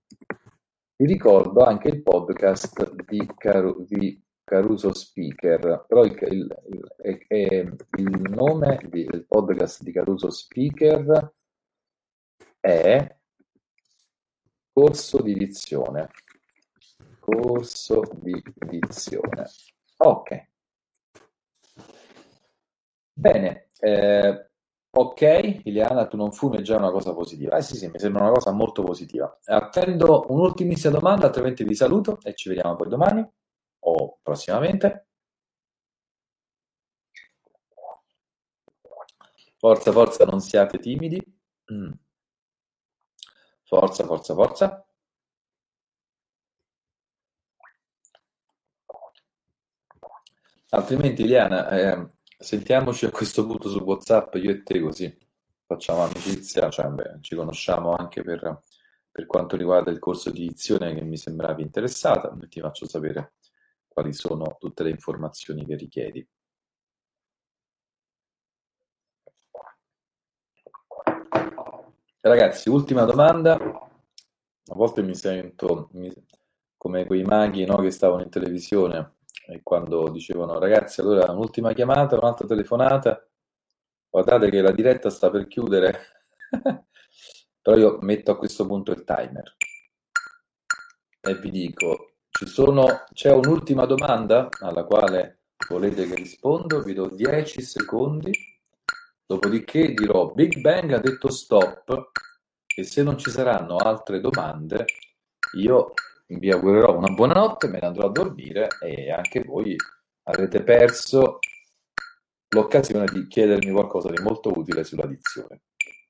vi ricordo anche il podcast di, Caru- di Caruso Speaker, però il, il, il, il, il nome del podcast di Caruso Speaker è Corso di dizione. Corso di dizione. Ok. Bene. Eh, ok, Ileana, tu non fumi, è già una cosa positiva. Eh sì, sì, mi sembra una cosa molto positiva. Attendo un'ultimissima domanda, altrimenti vi saluto e ci vediamo poi domani o prossimamente. Forza, forza, non siate timidi. Mm. Forza, forza, forza. Altrimenti, Ileana, eh, sentiamoci a questo punto su WhatsApp, io e te, così facciamo amicizia, cioè, beh, ci conosciamo anche per, per quanto riguarda il corso di dizione che mi sembravi interessata, e ti faccio sapere quali sono tutte le informazioni che richiedi. Ragazzi, ultima domanda. A volte mi sento mi- come quei maghi, no, che stavano in televisione e quando dicevano ragazzi, allora un'ultima chiamata, un'altra telefonata, guardate che la diretta sta per chiudere. Però io metto a questo punto il timer e vi dico, ci sono, c'è un'ultima domanda alla quale volete che rispondo, vi do dieci secondi, dopodiché dirò Big Bang ha detto stop e se non ci saranno altre domande io vi augurerò una buonanotte, me ne andrò a dormire e anche voi avrete perso l'occasione di chiedermi qualcosa di molto utile sulla dizione.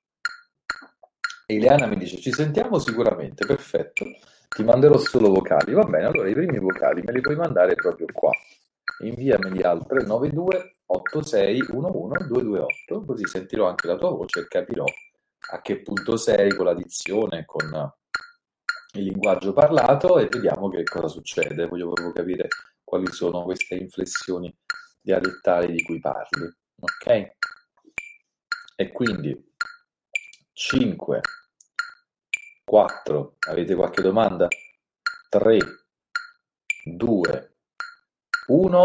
E Ileana mi dice ci sentiamo sicuramente, perfetto, ti manderò solo vocali, va bene, allora i primi vocali me li puoi mandare proprio qua, inviameli al tre nove due otto sei uno uno due due otto, così sentirò anche la tua voce e capirò a che punto sei con la dizione, con il linguaggio parlato e vediamo che cosa succede, voglio proprio capire quali sono queste inflessioni dialettali di cui parli, ok? E quindi cinque, quattro, avete qualche domanda? tre, due, uno.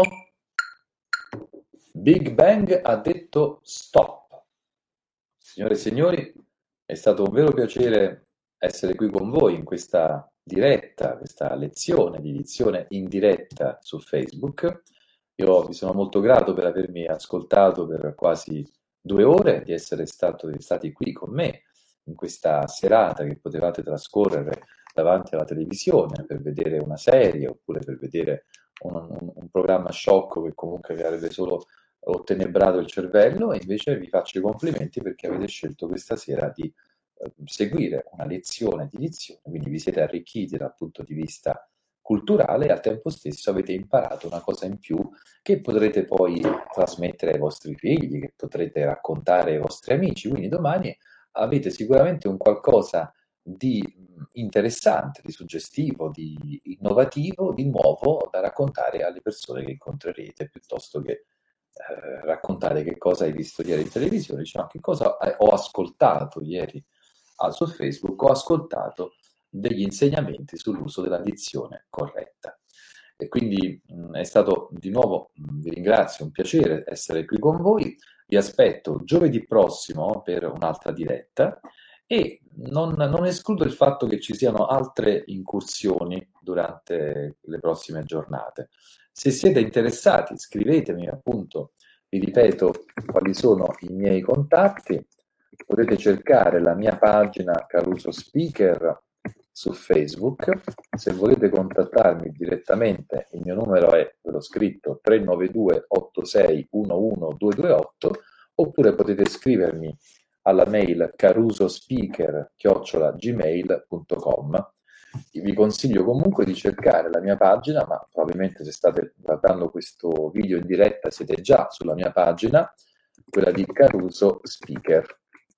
Big Bang ha detto stop. Signore e signori, è stato un vero piacere essere qui con voi in questa diretta, questa lezione di dizione in diretta su Facebook. Io vi sono molto grato per avermi ascoltato per quasi due ore, di essere stato, stati qui con me in questa serata che potevate trascorrere davanti alla televisione per vedere una serie oppure per vedere un, un, un programma sciocco che comunque vi avrebbe solo ottenebrato il cervello, e invece vi faccio i complimenti perché avete scelto questa sera di eh, seguire una lezione di dizione, quindi vi siete arricchiti dal punto di vista culturale e al tempo stesso avete imparato una cosa in più che potrete poi trasmettere ai vostri figli, che potrete raccontare ai vostri amici, quindi domani avete sicuramente un qualcosa di interessante, di suggestivo, di innovativo, di nuovo da raccontare alle persone che incontrerete, piuttosto che eh, raccontare che cosa hai visto ieri in televisione, cioè che cosa ho ascoltato ieri ah, su Facebook, ho ascoltato degli insegnamenti sull'uso della dizione corretta. E quindi mh, è stato di nuovo, mh, vi ringrazio, un piacere essere qui con voi. Vi aspetto giovedì prossimo per un'altra diretta e non, non escludo il fatto che ci siano altre incursioni durante le prossime giornate. Se siete interessati, scrivetemi, appunto, vi ripeto quali sono i miei contatti. Potete cercare la mia pagina Caruso Speaker su Facebook. Se volete contattarmi direttamente, il mio numero è, ve l'ho scritto, tre nove due otto sei uno uno due due otto, oppure potete scrivermi alla mail carusospeaker chiocciola gmail punto com. Vi consiglio comunque di cercare la mia pagina, ma probabilmente se state guardando questo video in diretta siete già sulla mia pagina, quella di Caruso Speaker.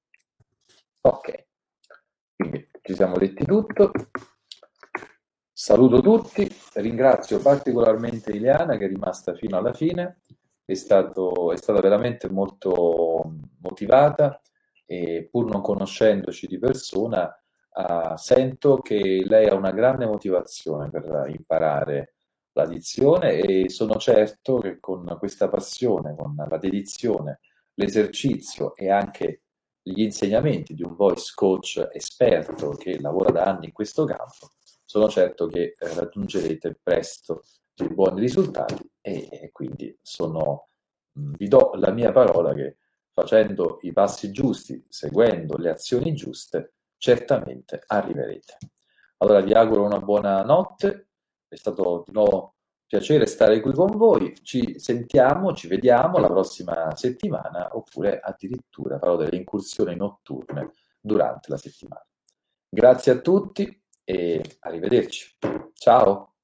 Ok, quindi ci siamo detti tutto. Saluto tutti, ringrazio particolarmente Ileana che è rimasta fino alla fine, è, stato, è stata veramente molto motivata e pur non conoscendoci di persona uh, sento che lei ha una grande motivazione per imparare la dizione e sono certo che con questa passione, con la dedizione, l'esercizio e anche gli insegnamenti di un voice coach esperto che lavora da anni in questo campo, sono certo che eh, raggiungerete presto dei buoni risultati e, e quindi sono, mh, vi do la mia parola che facendo i passi giusti, seguendo le azioni giuste, certamente arriverete. Allora vi auguro una buona notte, è stato di nuovo un piacere stare qui con voi, ci sentiamo, ci vediamo la prossima settimana oppure addirittura farò delle incursioni notturne durante la settimana. Grazie a tutti e arrivederci. Ciao!